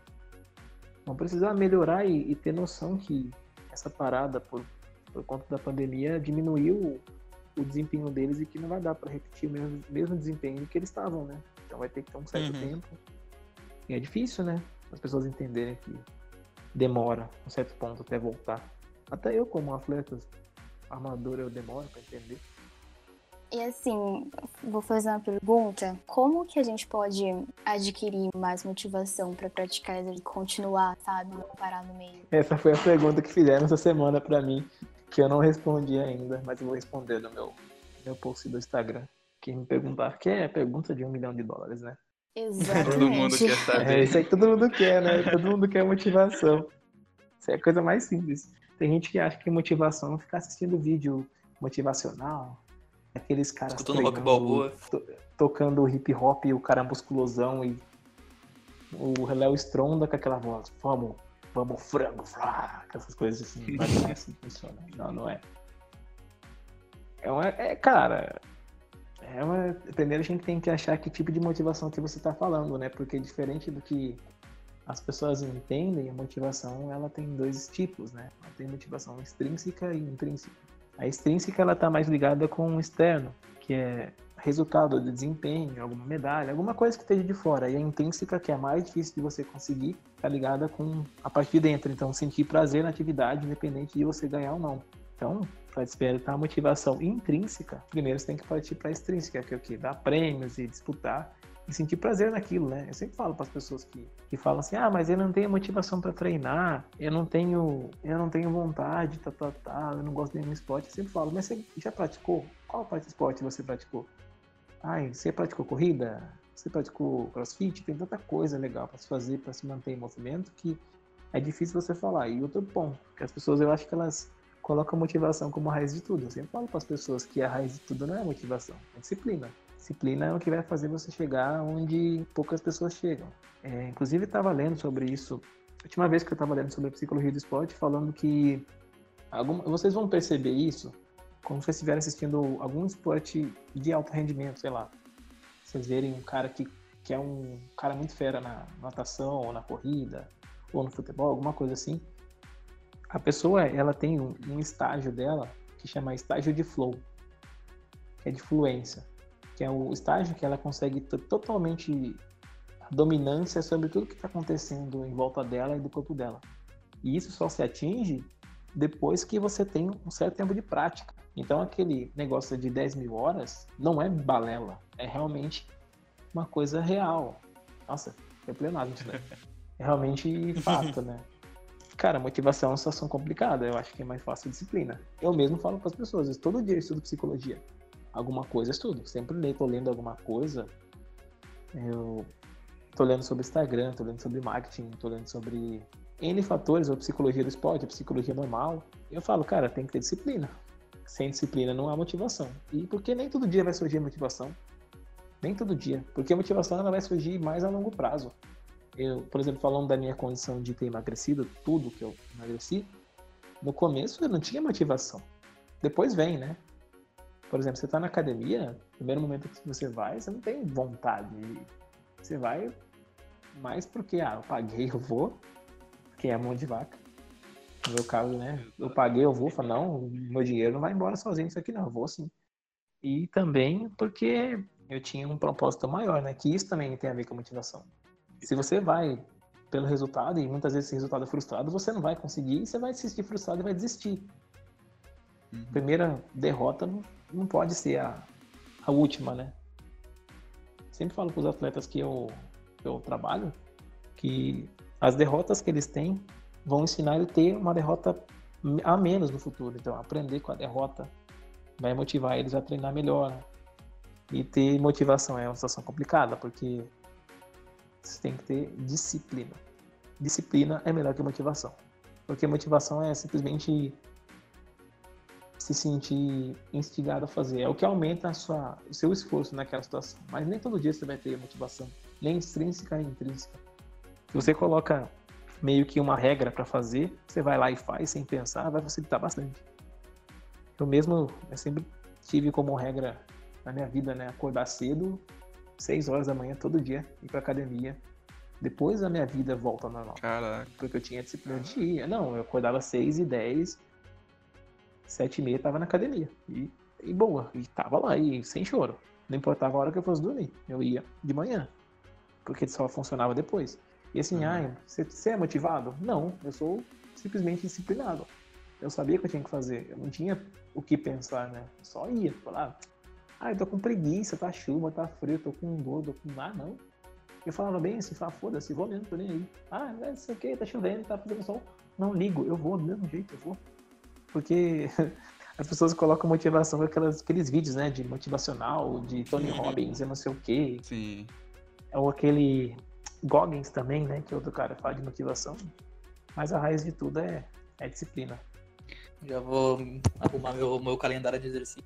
Speaker 2: vão precisar melhorar e ter noção que essa parada por conta da pandemia diminuiu o desempenho deles e que não vai dar para repetir o mesmo desempenho que eles estavam, né? Então vai ter que ter um certo tempo. E é difícil, né? As pessoas entenderem que demora um certo ponto até voltar. Até eu, como atleta armador, eu demoro para entender.
Speaker 4: E assim, vou fazer uma pergunta. Como que a gente pode adquirir mais motivação para praticar e continuar, sabe? Não parar no meio.
Speaker 2: Essa foi a pergunta que fizeram essa semana para mim, que eu não respondi ainda, mas eu vou responder no meu post do Instagram. Quem me perguntar, que é a pergunta de $1 milhão, né?
Speaker 3: Todo mundo
Speaker 4: Exatamente.
Speaker 3: quer saber.
Speaker 2: Isso aí todo mundo quer, né? Todo mundo quer motivação. Isso é a coisa mais simples. Tem gente que acha que motivação é ficar assistindo vídeo motivacional, aqueles caras
Speaker 1: Escutando rock
Speaker 2: treinando,
Speaker 1: balboa.
Speaker 2: tocando hip hop e o cara musculosão e o Léo Stronda com aquela voz, vamos frango, essas coisas assim, não é assim que funciona. Não é. Cara, primeiro a gente tem que achar que tipo de motivação que você está falando, né? Porque diferente do que as pessoas entendem, a motivação ela tem dois tipos, né? Ela tem motivação extrínseca e intrínseca. A extrínseca ela está mais ligada com o externo, que é resultado de desempenho, alguma medalha, alguma coisa que esteja de fora. E a intrínseca, que é a mais difícil de você conseguir, está ligada com a parte de dentro. Então, sentir prazer na atividade, independente de você ganhar ou não. Então, para despertar a motivação intrínseca, primeiro você tem que partir para a extrínseca, que é o quê? Dar prêmios e disputar e sentir prazer naquilo, né? Eu sempre falo para as pessoas que falam assim, mas eu não tenho motivação para treinar, eu não tenho vontade, eu não gosto de nenhum esporte. Eu sempre falo, mas você já praticou? Qual parte do esporte você praticou? Você praticou corrida? Você praticou crossfit? Tem tanta coisa legal para se fazer, para se manter em movimento, que é difícil você falar. E outro ponto, que as pessoas, eu acho que elas colocam a motivação como a raiz de tudo. Eu sempre falo para as pessoas que a raiz de tudo não é a motivação, é disciplina. Disciplina é o que vai fazer você chegar onde poucas pessoas chegam. Inclusive, estava lendo sobre isso, a última vez que eu estava lendo sobre a psicologia do esporte, falando que vocês vão perceber isso quando vocês estiverem assistindo algum esporte de alto rendimento, sei lá. Vocês verem um cara que é um cara muito fera na natação, ou na corrida, ou no futebol, alguma coisa assim. A pessoa, ela tem um estágio dela que chama estágio de flow, que é de fluência, que é o estágio que ela consegue ter totalmente a dominância sobre tudo que está acontecendo em volta dela e do corpo dela. E isso só se atinge depois que você tem um certo tempo de prática. Então, aquele negócio de 10 mil horas não é balela, é realmente uma coisa real. Nossa, é pleonasmo isso daí. É realmente fato, né? Cara, motivação é uma situação complicada, eu acho que é mais fácil a disciplina. Eu mesmo falo para as pessoas, todo dia eu estudo psicologia. Alguma coisa eu estudo, sempre tô lendo alguma coisa. Eu tô lendo sobre Instagram, tô lendo sobre marketing, tô lendo sobre N fatores, a psicologia do esporte, a psicologia normal. Eu falo, cara, tem que ter disciplina. Sem disciplina não há motivação. E porque nem todo dia vai surgir a motivação. Nem todo dia. Porque a motivação ela vai surgir mais a longo prazo. Eu, por exemplo, falando da minha condição de ter emagrecido, tudo que eu emagreci, no começo eu não tinha motivação. Depois vem, né? Por exemplo, você tá na academia, no primeiro momento que você vai, você não tem vontade. Você vai mais porque, eu paguei, eu vou, porque é mão de vaca. No meu caso, né? Eu paguei, eu vou, falo, não, meu dinheiro não vai embora sozinho isso aqui não, eu vou sim. E também porque eu tinha um propósito maior, né? Que isso também tem a ver com a motivação. Se você vai pelo resultado, e muitas vezes esse resultado é frustrado, você não vai conseguir, e você vai se sentir frustrado e vai desistir. Primeira derrota não pode ser a última, né? Sempre falo para os atletas que eu trabalho que as derrotas que eles têm vão ensinar ele a ter uma derrota a menos no futuro. Então, aprender com a derrota vai motivar eles a treinar melhor. Né? E ter motivação é uma situação complicada, porque você tem que ter disciplina. Disciplina é melhor que motivação. Porque motivação é simplesmente se sentir instigado a fazer. É o que aumenta o seu esforço naquela situação. Mas nem todo dia você vai ter motivação. Nem extrínseca nem intrínseca. Se você coloca meio que uma regra para fazer, você vai lá e faz sem pensar, vai facilitar bastante. Eu sempre tive como regra na minha vida, né? Acordar cedo, 6 horas da manhã, todo dia, ir pra academia. Depois a minha vida volta ao normal.
Speaker 3: Caraca.
Speaker 2: Porque eu tinha disciplina de ir. Não, eu acordava 6h10, 7h30 tava na academia. E boa, e tava lá, e sem choro. Não importava a hora que eu fosse dormir. Eu ia de manhã. Porque só funcionava depois. E assim, você é motivado? Não, eu sou simplesmente disciplinado. Eu sabia o que eu tinha que fazer. Eu não tinha o que pensar, né? Eu só ia. Falar, eu tô com preguiça, tá chuva, tá frio, tô com dor, tô com... não. Eu falava bem assim, foda-se, vou mesmo, tô nem aí. Não sei o que, tá chovendo, tá fazendo sol. Não ligo, eu vou do mesmo jeito, eu vou. Porque as pessoas colocam motivação com aqueles vídeos, né, de motivacional, de Tony Robbins, eu não sei o que.
Speaker 3: Sim.
Speaker 2: Ou aquele Goggins também, né? Que outro cara fala de motivação. Mas a raiz de tudo é disciplina.
Speaker 1: Já vou arrumar meu calendário de exercício.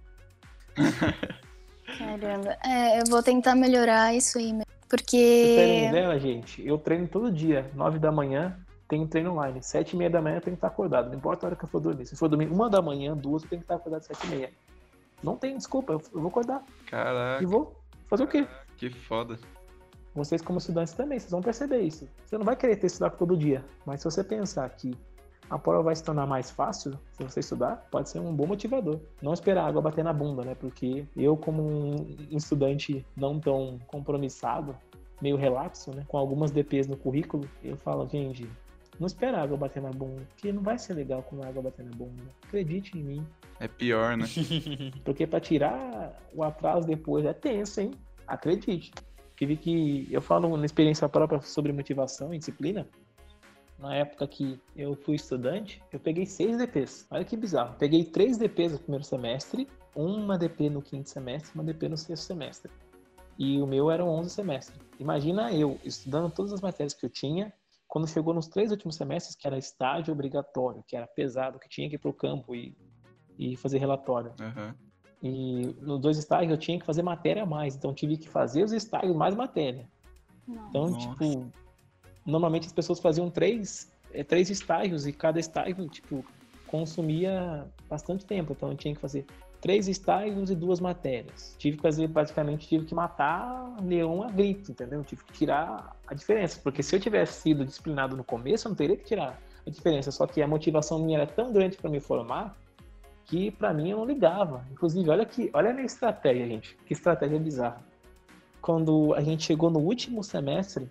Speaker 4: Caramba. Eu vou tentar melhorar isso aí mesmo.
Speaker 2: Vocês terem
Speaker 4: Porque.
Speaker 2: ideia, gente, eu treino todo dia, 9 da manhã, tenho treino online. 7h30 da manhã eu tenho que estar acordado, não importa a hora que eu for dormir. Se for dormir 1 da manhã, 2, eu tenho que estar acordado 7h30. Não tem desculpa, eu vou acordar.
Speaker 3: Caraca,
Speaker 2: E vou fazer o quê?
Speaker 3: que foda.
Speaker 2: Vocês como estudantes também, vocês vão perceber isso. Você não vai querer ter estudado todo dia, mas se você pensar que a prova vai se tornar mais fácil se você estudar, pode ser um bom motivador. Não esperar a água bater na bunda, né? Porque eu, como um estudante não tão compromissado, meio relapso, né? Com algumas DPs no currículo, eu falo, gente, não espera a água bater na bunda, porque não vai ser legal com a água bater na bunda. Acredite em mim.
Speaker 3: É pior, né?
Speaker 2: Porque pra tirar o atraso depois é tenso, hein? Acredite. Tive que... Eu falo na experiência própria sobre motivação e disciplina. Na época que eu fui estudante, eu peguei 6 DPs. Olha que bizarro. Peguei 3 DPs no primeiro semestre, uma DP no quinto semestre, uma DP no sexto semestre. E o meu eram 11 semestres. Imagina eu estudando todas as matérias que eu tinha, quando chegou nos 3 últimos semestres, que era estágio obrigatório, que era pesado, que tinha que ir pro campo e fazer relatório.
Speaker 3: Aham.
Speaker 2: E nos 2 estágios eu tinha que fazer matéria a mais, então eu tive que fazer os estágios mais matéria. Então,
Speaker 3: Nossa.
Speaker 2: tipo, normalmente as pessoas faziam 3 estágios e cada estágio, tipo, consumia bastante tempo. Então eu tinha que fazer 3 estágios e 2 matérias. Tive que fazer, praticamente, tive que matar leão a grito, entendeu? Tive que tirar a diferença, porque se eu tivesse sido disciplinado no começo, eu não teria que tirar a diferença. Só que a motivação minha era tão grande para me formar que pra mim eu não ligava. Inclusive, olha a minha estratégia, gente. Que estratégia bizarra. Quando a gente chegou no último semestre,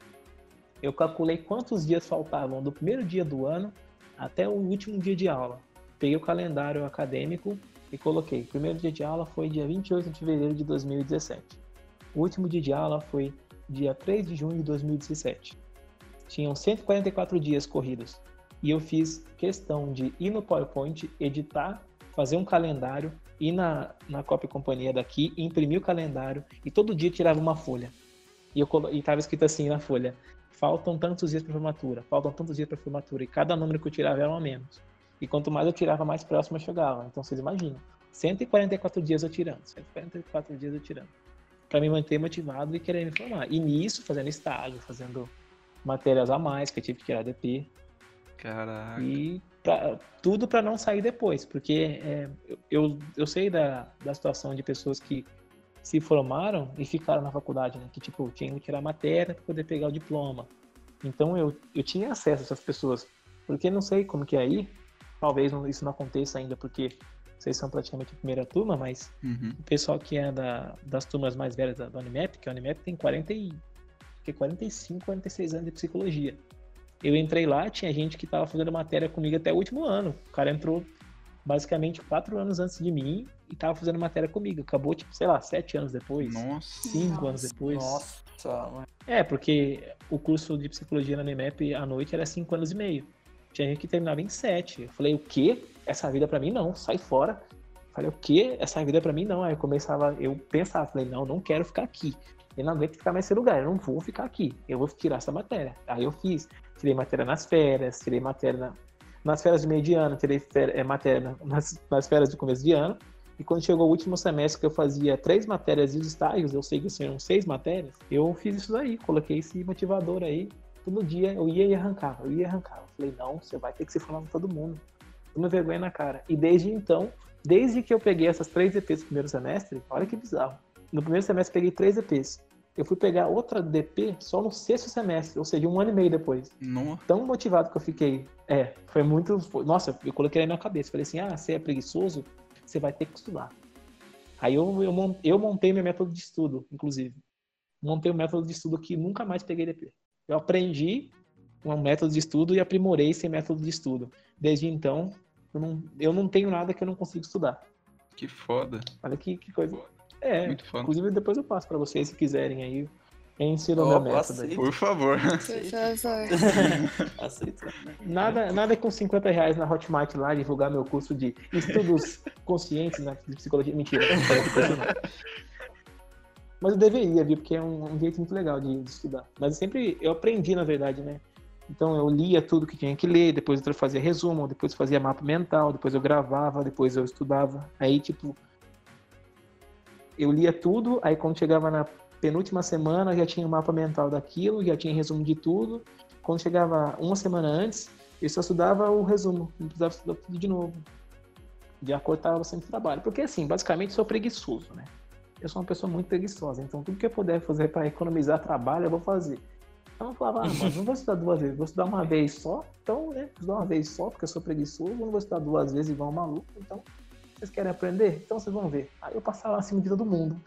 Speaker 2: eu calculei quantos dias faltavam do primeiro dia do ano até o último dia de aula. Peguei o calendário acadêmico e coloquei. O primeiro dia de aula foi dia 28 de fevereiro de 2017. O último dia de aula foi dia 3 de junho de 2017. Tinham 144 dias corridos. E eu fiz questão de ir no PowerPoint, editar, fazer um calendário, ir na cópia e companhia daqui, imprimir o calendário e todo dia tirava uma folha. E estava escrito assim na folha: faltam tantos dias para formatura, faltam tantos dias para formatura. E cada número que eu tirava era um a menos. E quanto mais eu tirava, mais próximo eu chegava. Então vocês imaginam, 144 dias eu tirando, 144 dias eu tirando. Para me manter motivado e querer me formar. E nisso, fazendo estágio, fazendo matérias a mais, que eu tive que tirar DP.
Speaker 3: Caraca.
Speaker 2: E tudo para não sair depois, porque eu sei da situação de pessoas que se formaram e ficaram na faculdade, né? Que tipo, tinham que tirar matéria para poder pegar o diploma. Então eu tinha acesso a essas pessoas, porque não sei como que é aí, talvez isso não aconteça ainda, porque vocês são praticamente a primeira turma, mas o pessoal que é das turmas mais velhas da Unimap, que a Unimap tem 45, 46 anos de psicologia. Eu entrei lá, tinha gente que estava fazendo matéria comigo até o último ano. O cara entrou basicamente 4 anos antes de mim e estava fazendo matéria comigo. Acabou, tipo, sei lá, 7 anos depois.
Speaker 3: Nossa.
Speaker 2: 5 anos depois.
Speaker 1: Nossa, mano.
Speaker 2: Porque o curso de psicologia na Unimap à noite era 5 anos e meio. Tinha gente que terminava em 7. Eu falei, o quê? Essa vida pra mim não, sai fora. Eu falei, o quê? Essa vida pra mim não. Aí eu pensava, falei, não quero ficar aqui. Eu não aguento ficar nesse lugar, eu não vou ficar aqui. Eu vou tirar essa matéria. Aí eu fiz. Tirei matéria nas férias, tirei matéria nas férias de meio de ano, tirei matéria nas férias de começo de ano. E quando chegou o último semestre que eu fazia 3 matérias e os estágios, eu sei que seriam 6 matérias, eu fiz isso daí, coloquei esse motivador aí. Todo dia eu ia e arrancava. Eu falei, não, você vai ter que se formar com todo mundo. Uma vergonha na cara. E desde então, desde que eu peguei essas 3 EPs no primeiro semestre, olha que bizarro. No primeiro semestre peguei 3 EPs. Eu fui pegar outra DP só no 6º semestre, ou seja, 1 ano e meio depois.
Speaker 3: Nossa.
Speaker 2: Tão motivado que eu fiquei. Foi muito... Nossa, eu coloquei na minha cabeça. Falei assim, você é preguiçoso, você vai ter que estudar. Aí eu montei meu método de estudo, inclusive. Montei um método de estudo que nunca mais peguei DP. Eu aprendi um método de estudo e aprimorei esse método de estudo. Desde então, eu não tenho nada que eu não consiga estudar.
Speaker 3: Que foda.
Speaker 2: Olha que coisa...
Speaker 3: Muito foda.
Speaker 2: Inclusive depois eu passo pra vocês, se quiserem aí. Ensino o meu método aí.
Speaker 3: Por favor.
Speaker 4: Por favor.
Speaker 1: Aceito.
Speaker 2: Nada com R$50 na Hotmart lá, divulgar meu curso de estudos conscientes de psicologia. Mentira. Mas eu deveria, viu? Porque é um jeito muito legal de estudar. Mas eu aprendi, na verdade, né? Então eu lia tudo que tinha que ler, depois eu fazia resumo, depois eu fazia mapa mental, depois eu gravava, depois eu estudava. Aí, tipo, eu lia tudo, aí quando chegava na penúltima semana já tinha o mapa mental daquilo, já tinha resumo de tudo. Quando chegava uma semana antes, eu só estudava o resumo, não precisava estudar tudo de novo. Já cortava bastante trabalho. Porque, assim, basicamente eu sou preguiçoso, né? Eu sou uma pessoa muito preguiçosa, então tudo que eu puder fazer para economizar trabalho, eu vou fazer. Então eu falava, mas não vou estudar 2 vezes, vou estudar uma vez só. Então, né, vou estudar uma vez só, porque eu sou preguiçoso, não vou estudar 2 vezes igual um maluco. Então, vocês querem aprender? Então vocês vão ver. Aí eu passava acima de todo mundo.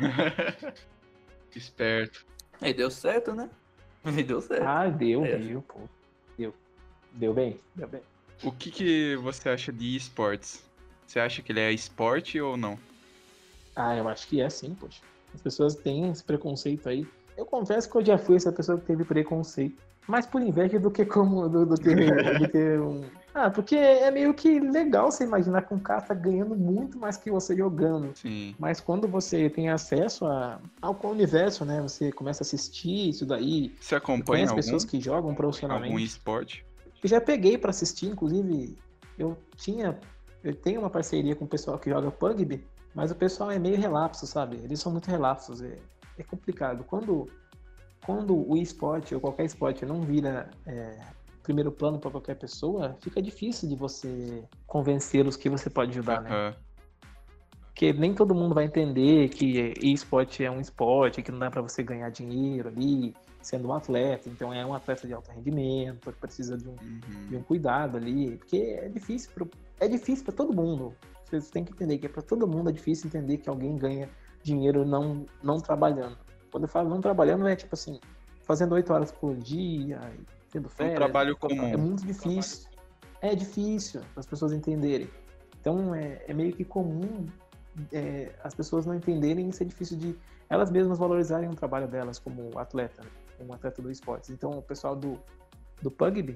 Speaker 3: Esperto.
Speaker 1: Aí deu certo, né? E deu certo.
Speaker 2: Deu, pô. Deu bem.
Speaker 3: O que você acha de esportes? Você acha que ele é esporte ou não?
Speaker 2: Eu acho que é sim, poxa. As pessoas têm esse preconceito aí. Eu confesso que eu já fui essa pessoa que teve preconceito. Mais por inveja do que do que um... porque é meio que legal você imaginar que um cara tá ganhando muito mais que você jogando.
Speaker 3: Sim.
Speaker 2: Mas quando você tem acesso ao universo, né? Você começa a assistir isso daí.
Speaker 3: Você acompanha
Speaker 2: as pessoas que jogam profissionalmente.
Speaker 3: algum esporte?
Speaker 2: Eu já peguei pra assistir, inclusive, eu tenho uma parceria com o pessoal que joga PUBG, mas o pessoal é meio relapso, sabe? Eles são muito relapsos, é complicado. Quando o esporte ou qualquer esporte não vira primeiro plano para qualquer pessoa, fica difícil de você convencê-los que você pode ajudar, né? Porque nem todo mundo vai entender que esporte é um esporte, que não dá para você ganhar dinheiro ali, sendo um atleta. Então é um atleta de alto rendimento, que precisa de um cuidado ali. Porque é difícil para todo mundo. Vocês têm que entender que para todo mundo é difícil entender que alguém ganha dinheiro não trabalhando. Quando eu falo não trabalhando, é tipo assim, fazendo 8 horas por dia, tendo férias.
Speaker 3: Um trabalho comum.
Speaker 2: É muito difícil. É difícil as pessoas entenderem. Então é meio que comum as pessoas não entenderem, isso é difícil de elas mesmas valorizarem o trabalho delas como atleta, né? Como atleta do esporte. Então o pessoal do PUBG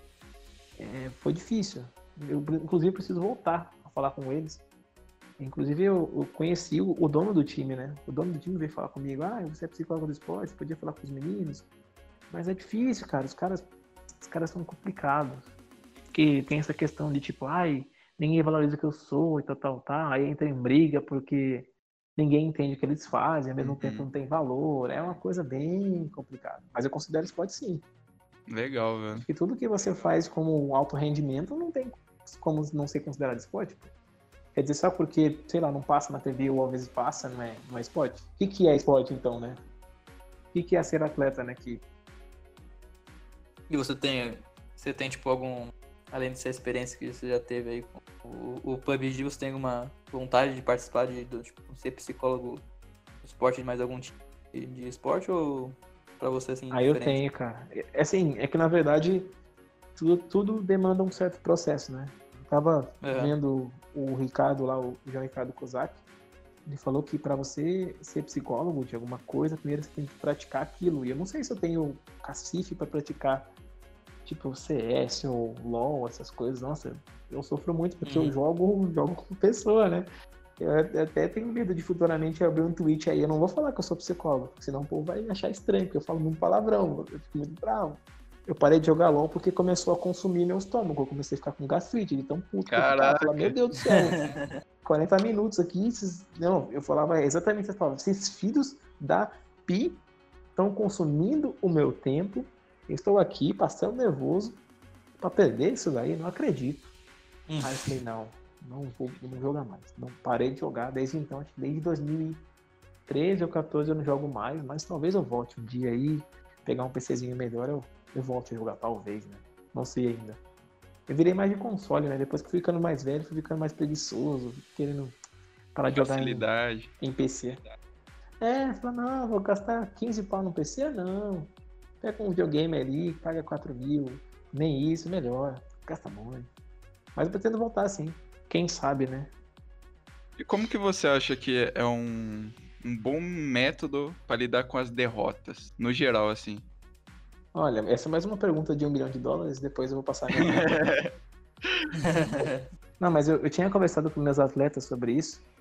Speaker 2: foi difícil. Eu, inclusive, preciso voltar a falar com eles. Inclusive, eu conheci o dono do time, né? O dono do time veio falar comigo, você é psicólogo do esporte, você podia falar com os meninos. Mas é difícil, cara. Os caras são complicados. Porque tem essa questão de tipo, ninguém valoriza o que eu sou e tal. Aí entra em briga porque ninguém entende o que eles fazem, ao mesmo tempo não tem valor. É uma coisa bem complicada. Mas eu considero esporte sim.
Speaker 3: Legal, velho.
Speaker 2: Acho que tudo que você faz como alto rendimento não tem como não ser considerado esporte. Quer dizer, só porque, sei lá, não passa na TV ou às vezes passa, não é esporte? O que é esporte então, né? O que é ser atleta, né?
Speaker 1: E você tem tipo algum, além dessa experiência que você já teve aí com o PUBG, você tem alguma vontade de participar de tipo, ser psicólogo do esporte, de mais algum tipo de esporte, ou pra você assim?
Speaker 2: Eu tenho, cara. Assim, é que na verdade tudo demanda um certo processo, né? Eu tava vendo o Ricardo lá, o João Ricardo Kozak, ele falou que para você ser psicólogo de alguma coisa, primeiro você tem que praticar aquilo. E eu não sei se eu tenho cacife para praticar tipo CS ou LoL, essas coisas. Nossa, eu sofro muito porque eu jogo com pessoa, né? Eu até tenho medo de futuramente abrir um tweet aí. Eu não vou falar que eu sou psicólogo, senão o povo vai me achar estranho, porque eu falo muito palavrão, eu fico muito bravo. Eu parei de jogar LoL porque começou a consumir meu estômago. Eu comecei a ficar com gastrite, de tão puto.
Speaker 3: Caraca.
Speaker 2: Eu falava, meu Deus do céu, 40 minutos aqui. Eu falava exatamente essa palavra. Esses filhos da Pi estão consumindo o meu tempo. Eu estou aqui passando nervoso pra perder isso daí. Não acredito. Aí eu falei, não vou jogar mais. Não parei de jogar desde então. Acho que desde 2013 ou 2014 eu não jogo mais. Mas talvez eu volte um dia aí, pegar um PCzinho melhor, eu volto a jogar, talvez, né? Não sei ainda. Eu virei mais de console, né? Depois que fui ficando mais velho, fui ficando mais preguiçoso, querendo parar de jogar em PC. Falei, não, vou gastar 15 pau no PC? Não. Pega um videogame ali, paga 4 mil, nem isso, melhor. Gasta muito. Mas eu pretendo voltar, sim. Quem sabe, né?
Speaker 3: E como que você acha que é um bom método para lidar com as derrotas, no geral, assim?
Speaker 2: Olha, essa é mais uma pergunta de $1 milhão, depois eu vou passar a minha. Não, mas eu tinha conversado com meus atletas sobre isso,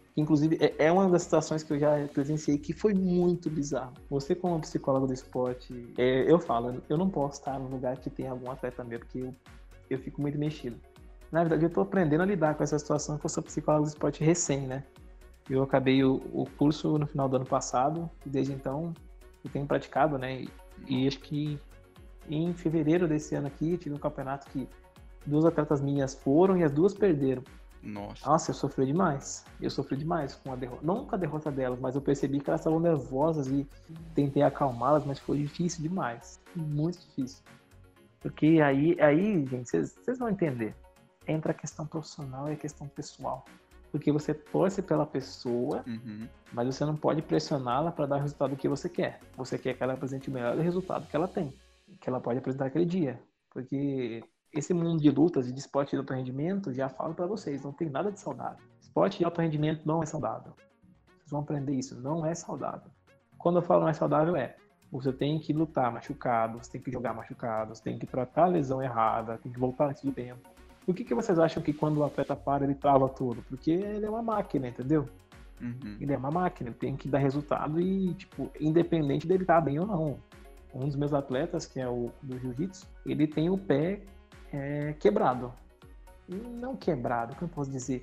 Speaker 2: que inclusive é uma das situações que eu já presenciei que foi muito bizarro. Você como psicólogo do esporte, eu falo, eu não posso estar num lugar que tem algum atleta meu, porque eu fico muito mexido. Na verdade, eu tô aprendendo a lidar com essa situação, porque eu sou psicólogo do esporte recém, né? Eu acabei o curso no final do ano passado, e desde então eu tenho praticado, né? E acho que em fevereiro desse ano aqui, tive um campeonato que 2 atletas minhas foram e as 2 perderam.
Speaker 3: Nossa,
Speaker 2: Eu sofri demais. Eu sofri demais com a derrota. Não com a derrota delas, mas eu percebi que elas estavam nervosas e tentei acalmá-las, mas foi difícil demais. Muito difícil. Porque aí gente, vocês vão entender. Entra a questão profissional e a questão pessoal. Porque você torce pela pessoa, mas você não pode pressioná-la para dar o resultado que você quer. Você quer que ela apresente o melhor resultado que ela tem, que ela pode apresentar aquele dia. Porque esse mundo de lutas e de esporte de alto rendimento, já falo para vocês, não tem nada de saudável. Esporte de alto rendimento não é saudável. Vocês vão aprender isso, não é saudável. Quando eu falo não é saudável, você tem que lutar machucado, você tem que jogar machucado, você tem que tratar a lesão errada, tem que voltar antes do tempo. Por que vocês acham que quando o atleta para, ele trava tudo? Porque ele é uma máquina, entendeu? Ele é uma máquina, ele tem que dar resultado e, tipo, independente dele estar bem ou não. Um dos meus atletas, que é o do jiu-jitsu, ele tem o pé quebrado. Não quebrado, como eu posso dizer?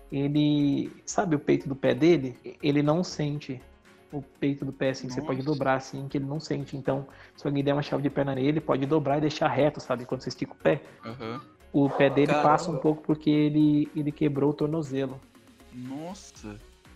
Speaker 2: Ele, sabe o peito do pé dele? Ele não sente o peito do pé, assim, que você pode dobrar, assim, que ele não sente. Então, se alguém der uma chave de perna nele, pode dobrar e deixar reto, sabe? Quando você estica o pé. O pé dele passa um pouco porque ele quebrou o tornozelo.
Speaker 3: Nossa!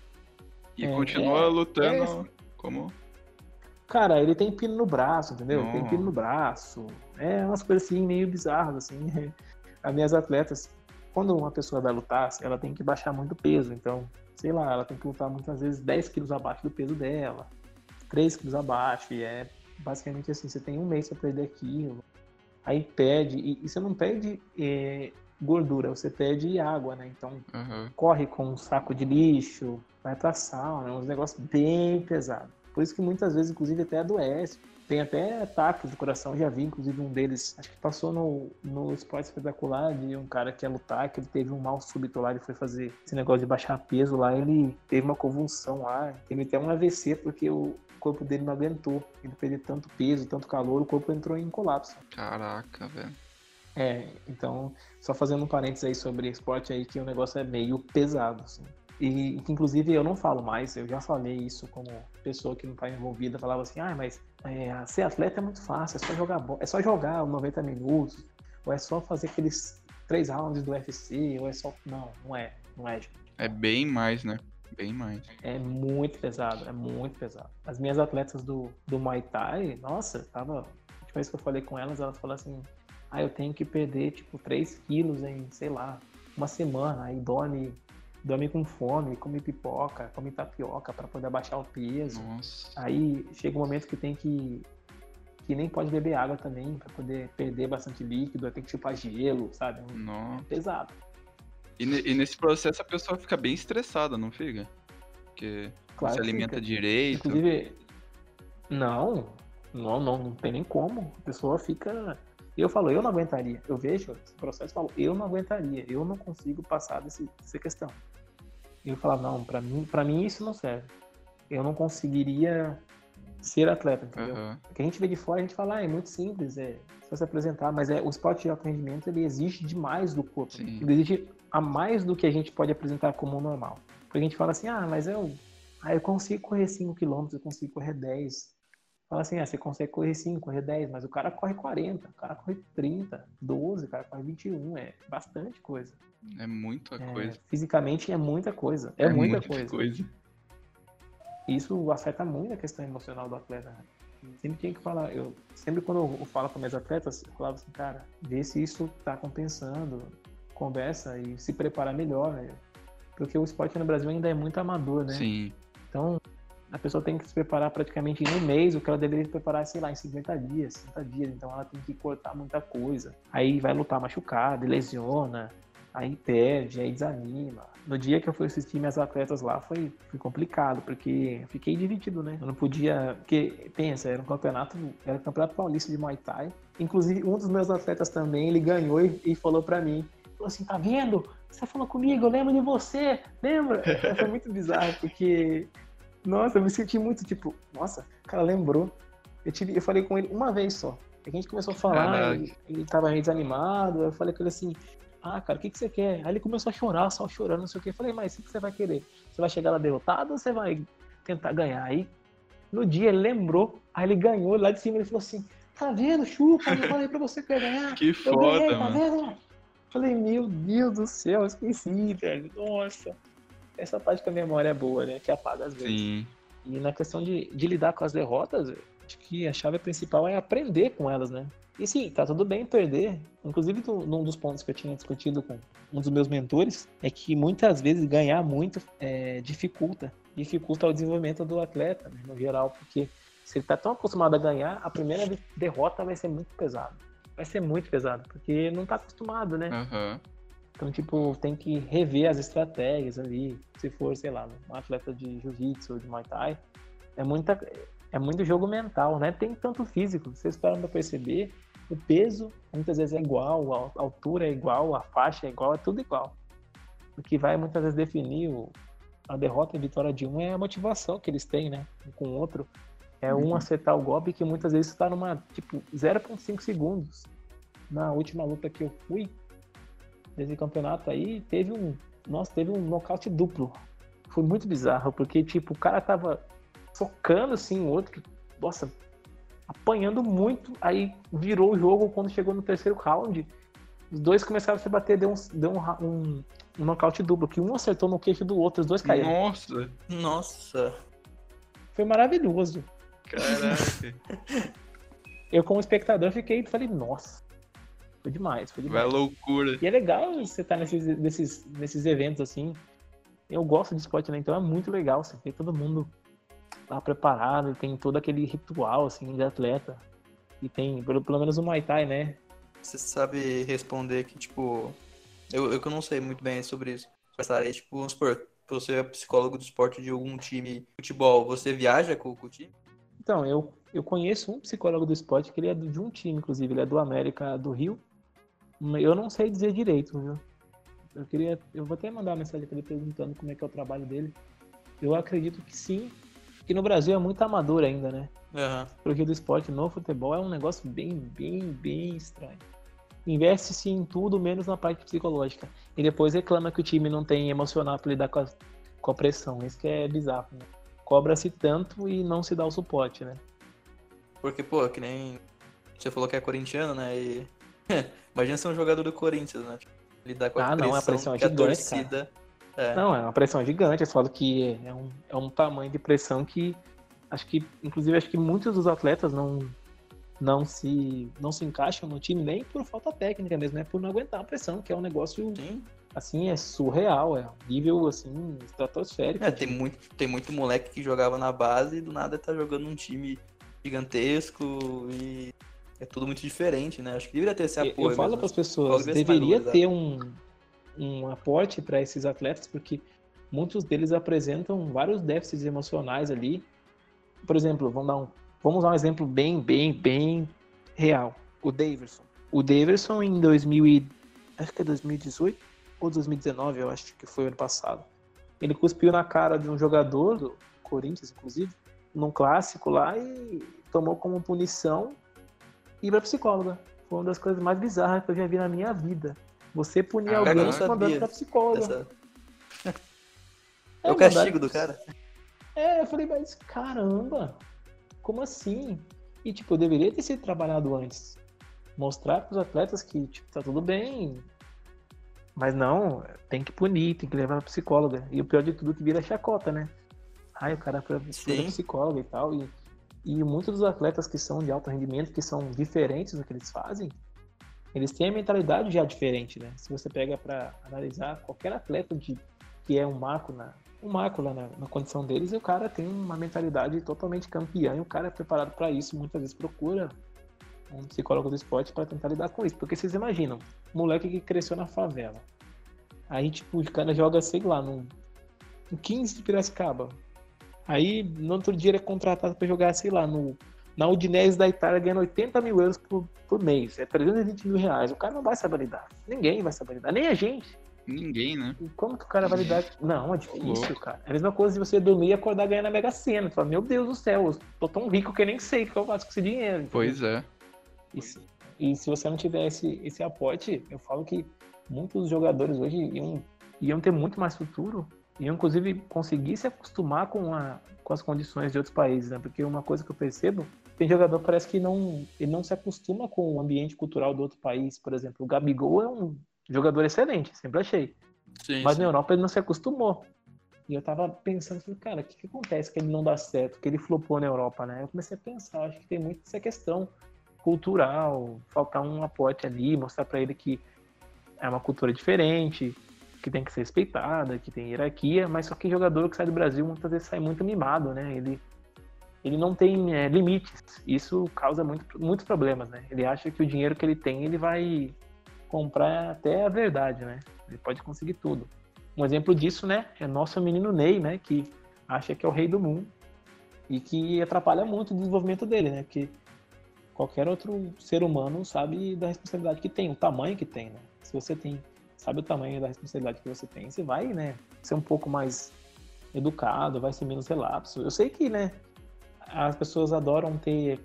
Speaker 3: E continua lutando como?
Speaker 2: Cara, ele tem pino no braço, entendeu? Tem pino no braço. É umas coisas assim, meio bizarras, assim. As minhas atletas, quando uma pessoa vai lutar, ela tem que baixar muito peso. Então, sei lá, ela tem que lutar muitas vezes 10 quilos abaixo do peso dela, 3 quilos abaixo. E é basicamente assim, você tem um mês para perder aquilo. Aí perde, e você não perde gordura, você perde água, né? Então, corre com um saco de lixo, vai pra sauna, uns negócios bem pesados. Por isso que muitas vezes, inclusive, até adoece. Tem até ataques do coração, já vi, inclusive, um deles, acho que passou no Esporte Espetacular, de um cara que ia lutar, que ele teve um mal súbito lá, ele foi fazer esse negócio de baixar peso lá, ele teve uma convulsão lá, teve até um AVC, porque o corpo dele não aguentou. Ele perdeu tanto peso, tanto calor, o corpo entrou em colapso.
Speaker 3: Caraca, velho.
Speaker 2: Então, só fazendo um parênteses aí sobre esporte aí, que o negócio é meio pesado, assim. E que, inclusive, eu não falo mais, eu já falei isso como pessoa que não está envolvida, falava assim, mas ser atleta é muito fácil, é só jogar os 90 minutos, ou é só fazer aqueles 3 rounds do UFC, ou é só... Não é, gente.
Speaker 3: É bem mais, né? Bem mais.
Speaker 2: É muito pesado. As minhas atletas do Muay Thai, nossa, a última vez que eu falei com elas falaram assim, eu tenho que perder, tipo, 3 quilos em, sei lá, uma semana, aí dorme com fome, come pipoca, come tapioca para poder abaixar o peso.
Speaker 3: Nossa.
Speaker 2: Aí chega um momento que tem que nem pode beber água também, para poder perder bastante líquido, tem que chupar gelo, sabe?
Speaker 3: Nossa.
Speaker 2: É pesado.
Speaker 3: E nesse processo a pessoa fica bem estressada, não fica? Porque
Speaker 2: Claro
Speaker 3: se
Speaker 2: que
Speaker 3: alimenta
Speaker 2: fica.
Speaker 3: direito.
Speaker 2: Inclusive, não tem nem como. A pessoa fica... Eu falo, eu não aguentaria. Eu vejo esse processo e falo, eu não aguentaria. Eu não consigo passar dessa questão. Eu falo, não, pra mim isso não serve. Eu não conseguiria ser atleta, entendeu? Porque a gente vê de fora, a gente fala, é muito simples, só se apresentar, mas o esporte de alto rendimento, ele exige demais do corpo.
Speaker 3: Sim.
Speaker 2: Ele exige a mais do que a gente pode apresentar como normal. Porque a gente fala assim, mas eu consigo correr 5 km, eu consigo correr 10. Fala assim, você consegue correr 5, correr 10, mas o cara corre 40, o cara corre 30, 12, o cara corre 21, é bastante coisa.
Speaker 3: É muita coisa.
Speaker 2: Fisicamente é muita coisa. É muita coisa. Isso afeta muito a questão emocional do atleta. Sempre tinha que falar, sempre quando eu falo com meus atletas, eu falava assim, cara, vê se isso tá compensando, conversa e se prepara melhor, né? Porque o esporte no Brasil ainda é muito amador, né?
Speaker 3: Sim.
Speaker 2: Então, a pessoa tem que se preparar praticamente em um mês, o que ela deveria se preparar, sei lá, em 50 dias, 60 dias. Então ela tem que cortar muita coisa. Aí vai lutar machucado, lesiona, aí perde, aí desanima. No dia que eu fui assistir minhas atletas lá, foi complicado, porque eu fiquei dividido, né? Eu não podia... Porque, pensa, era o campeonato paulista de Muay Thai. Inclusive, um dos meus atletas também, ele ganhou e falou pra mim, falou assim, tá vendo? você falou comigo, eu lembro de você, lembra? Foi muito bizarro, porque, nossa, eu me senti muito, tipo, nossa, o cara lembrou. Eu falei com ele uma vez só. A gente começou a falar, ele tava meio desanimado, eu falei com ele assim, cara, o que você quer? Aí ele começou a chorar, só chorando, não sei o que. Eu falei, mas o que você vai querer? Você vai chegar lá derrotado ou você vai tentar ganhar? Aí, no dia, ele lembrou, aí ele ganhou, lá de cima ele falou assim, tá vendo, chupa, eu falei pra você que ia ganhar.
Speaker 3: Que
Speaker 2: eu ganhei,
Speaker 3: foda,
Speaker 2: tá
Speaker 3: mano.
Speaker 2: vendo? Falei, meu Deus do céu, eu esqueci, velho, nossa. Essa parte que a memória é boa, né, que apaga às vezes.
Speaker 3: Sim.
Speaker 2: E na questão de lidar com as derrotas, acho que a chave principal é aprender com elas, né? E sim, tá tudo bem perder. Inclusive, num dos pontos que eu tinha discutido com um dos meus mentores, é que muitas vezes ganhar muito dificulta o desenvolvimento do atleta, né, no geral, porque se ele tá tão acostumado a ganhar, a primeira derrota vai ser muito pesada. Vai ser muito pesado, porque não tá acostumado, né?
Speaker 3: Uhum.
Speaker 2: Então, tipo, tem que rever as estratégias ali. Se for, sei lá, um atleta de jiu-jitsu ou de muay thai, é muito jogo mental, né? Tem tanto físico. Vocês param pra perceber, o peso muitas vezes é igual, a altura é igual, a faixa é igual, é tudo igual. O que vai muitas vezes definir a derrota e a vitória de um é a motivação que eles têm, né? Um com o outro. É um acertar o golpe que muitas vezes está numa, tipo, 0,5 segundos. Na última luta que eu fui, desse campeonato aí, teve um nocaute duplo. Foi muito bizarro, porque, tipo, o cara tava socando, assim, o outro, nossa, apanhando muito, aí virou o jogo quando chegou no terceiro round. Os dois começaram a se bater, deu um nocaute duplo, que um acertou no queixo do outro, os dois caíram.
Speaker 1: Nossa.
Speaker 2: Foi maravilhoso.
Speaker 3: Caraca.
Speaker 2: Eu, como espectador, falei, nossa, foi demais.
Speaker 3: Vai loucura.
Speaker 2: E é legal você estar nesses eventos, assim. Eu gosto de esporte, né? Então é muito legal você ver todo mundo lá preparado, tem todo aquele ritual, assim, de atleta. E tem, pelo menos o Muay Thai, né?
Speaker 1: Você sabe responder que, tipo... Eu que não sei muito bem sobre isso. Mas, aí, tipo, vamos supor, você é psicólogo do esporte de algum time de futebol, você viaja com o time?
Speaker 2: Então, eu conheço um psicólogo do esporte que ele é de um time, inclusive. Ele é do América do Rio. Eu não sei dizer direito, viu? Eu vou até mandar uma mensagem para ele perguntando como é que é o trabalho dele. Eu acredito que sim, que no Brasil é muito amador ainda, né?
Speaker 1: Uhum.
Speaker 2: Porque do esporte no futebol é um negócio bem estranho. Investe-se em tudo, menos na parte psicológica. E depois reclama que o time não tem emocional para lidar com a pressão. Isso que é bizarro, né? Cobra-se tanto e não se dá o suporte, né?
Speaker 1: Porque, pô, que nem você falou que é corintiano, né? E imagina ser um jogador do Corinthians, né? Lidar com a pressão
Speaker 2: é
Speaker 1: que a
Speaker 2: gigante,
Speaker 1: torcida...
Speaker 2: Não, é uma pressão gigante. Eu falo que é um tamanho de pressão que acho que muitos dos atletas não se encaixam no time nem por falta técnica mesmo, né? Por não aguentar a pressão, que é um negócio,
Speaker 1: Sim.
Speaker 2: assim, é surreal, é um nível, assim, estratosférico.
Speaker 1: Tem muito moleque que jogava na base e do nada tá jogando num time gigantesco e é tudo muito diferente, né? Acho que deveria ter esse apoio.
Speaker 2: Eu falo
Speaker 1: mesmo.
Speaker 2: para as pessoas, deveria ter um aporte para esses atletas, porque muitos deles apresentam vários déficits emocionais ali. Por exemplo, vamos usar um exemplo bem real. O Daverson. O Daverson em 2018 ou 2019, eu acho que foi ano passado. Ele cuspiu na cara de um jogador do Corinthians, inclusive, num clássico lá, e tomou como punição ir pra psicóloga. Foi uma das coisas mais bizarras que eu já vi na minha vida. Você punir alguém mandando pra psicóloga.
Speaker 1: É o castigo do cara.
Speaker 2: Eu falei, mas caramba, como assim? E, tipo, eu deveria ter sido trabalhado antes. Mostrar pros atletas que, tipo, tá tudo bem. Mas não, tem que punir, tem que levar pra psicóloga. E o pior de tudo é que vira chacota, né? O cara foi pra psicóloga e tal. E muitos dos atletas que são de alto rendimento, que são diferentes do que eles fazem, eles têm a mentalidade já diferente, né? Se você pega pra analisar qualquer atleta que é um marco lá na condição deles, e o cara tem uma mentalidade totalmente campeã, e o cara é preparado para isso, muitas vezes procura um psicólogo do esporte para tentar lidar com isso. Porque vocês imaginam, um moleque que cresceu na favela, aí tipo, o cara joga, sei lá, no 15 de Piracicaba, aí no outro dia ele é contratado para jogar, sei lá, na Udinese da Itália, ganhando 80 mil euros por mês, é 320 mil reais. O cara não vai saber lidar, ninguém vai saber lidar, nem a gente.
Speaker 3: Ninguém, né?
Speaker 2: E como que o cara vai lidar? Não, é difícil, cara. É a mesma coisa de você dormir e acordar ganhando na Mega Sena. Você fala, meu Deus do céu, eu tô tão rico que eu nem sei o que eu faço com esse dinheiro. Entendeu?
Speaker 3: Pois é.
Speaker 2: E se você não tiver esse aporte, eu falo que muitos jogadores hoje iam ter muito mais futuro, iam inclusive conseguir se acostumar com as condições de outros países, né? Porque uma coisa que eu percebo, tem jogador que parece que ele não se acostuma com o ambiente cultural do outro país. Por exemplo, o Gabigol é um jogador excelente, sempre achei.
Speaker 1: Sim,
Speaker 2: Mas
Speaker 1: sim.
Speaker 2: na Europa ele não se acostumou. E eu tava pensando, falei, cara, o que acontece que ele não dá certo, que ele flopou na Europa, né? Eu comecei a pensar, acho que tem muito essa questão cultural, faltar um aporte ali, mostrar para ele que é uma cultura diferente, que tem que ser respeitada, que tem hierarquia, mas só que jogador que sai do Brasil muitas vezes sai muito mimado, né? Ele não tem limites. Isso causa muitos problemas, né? Ele acha que o dinheiro que ele tem, ele vai comprar até a verdade, né? Ele pode conseguir tudo. Um exemplo disso, né, é nosso menino Ney, né, que acha que é o rei do mundo e que atrapalha muito o desenvolvimento dele, né? Porque qualquer outro ser humano sabe da responsabilidade que tem, o tamanho que tem, né? Se você sabe o tamanho da responsabilidade que você tem, você vai, né, ser um pouco mais educado, vai ser menos relapso. Eu sei que, né, as pessoas adoram ter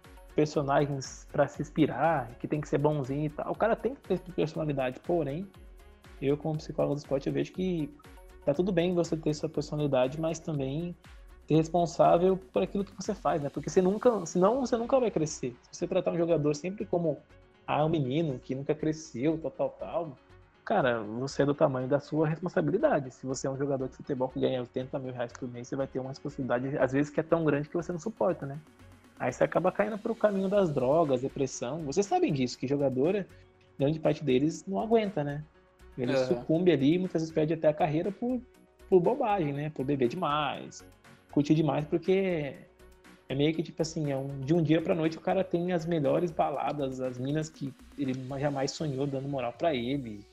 Speaker 2: personagens para se inspirar, que tem que ser bonzinho e tal. O cara tem que ter personalidade, porém, eu como psicólogo do esporte, eu vejo que tá tudo bem você ter sua personalidade, mas também ser responsável por aquilo que você faz, né? Porque senão você nunca vai crescer. Se você tratar um jogador sempre como um menino que nunca cresceu, tal, cara, você é do tamanho da sua responsabilidade. Se você é um jogador de futebol que ganha 80 mil reais por mês, você vai ter uma responsabilidade, às vezes, que é tão grande que você não suporta, né? Aí você acaba caindo pro caminho das drogas, depressão. Vocês sabem disso, que jogador, grande parte deles não aguenta, né? Ele sucumbe ali e muitas vezes perde até a carreira por bobagem, né? Por beber demais, curtir demais, porque é meio que tipo assim, de um dia pra noite o cara tem as melhores baladas, as minas que ele jamais sonhou dando moral pra ele,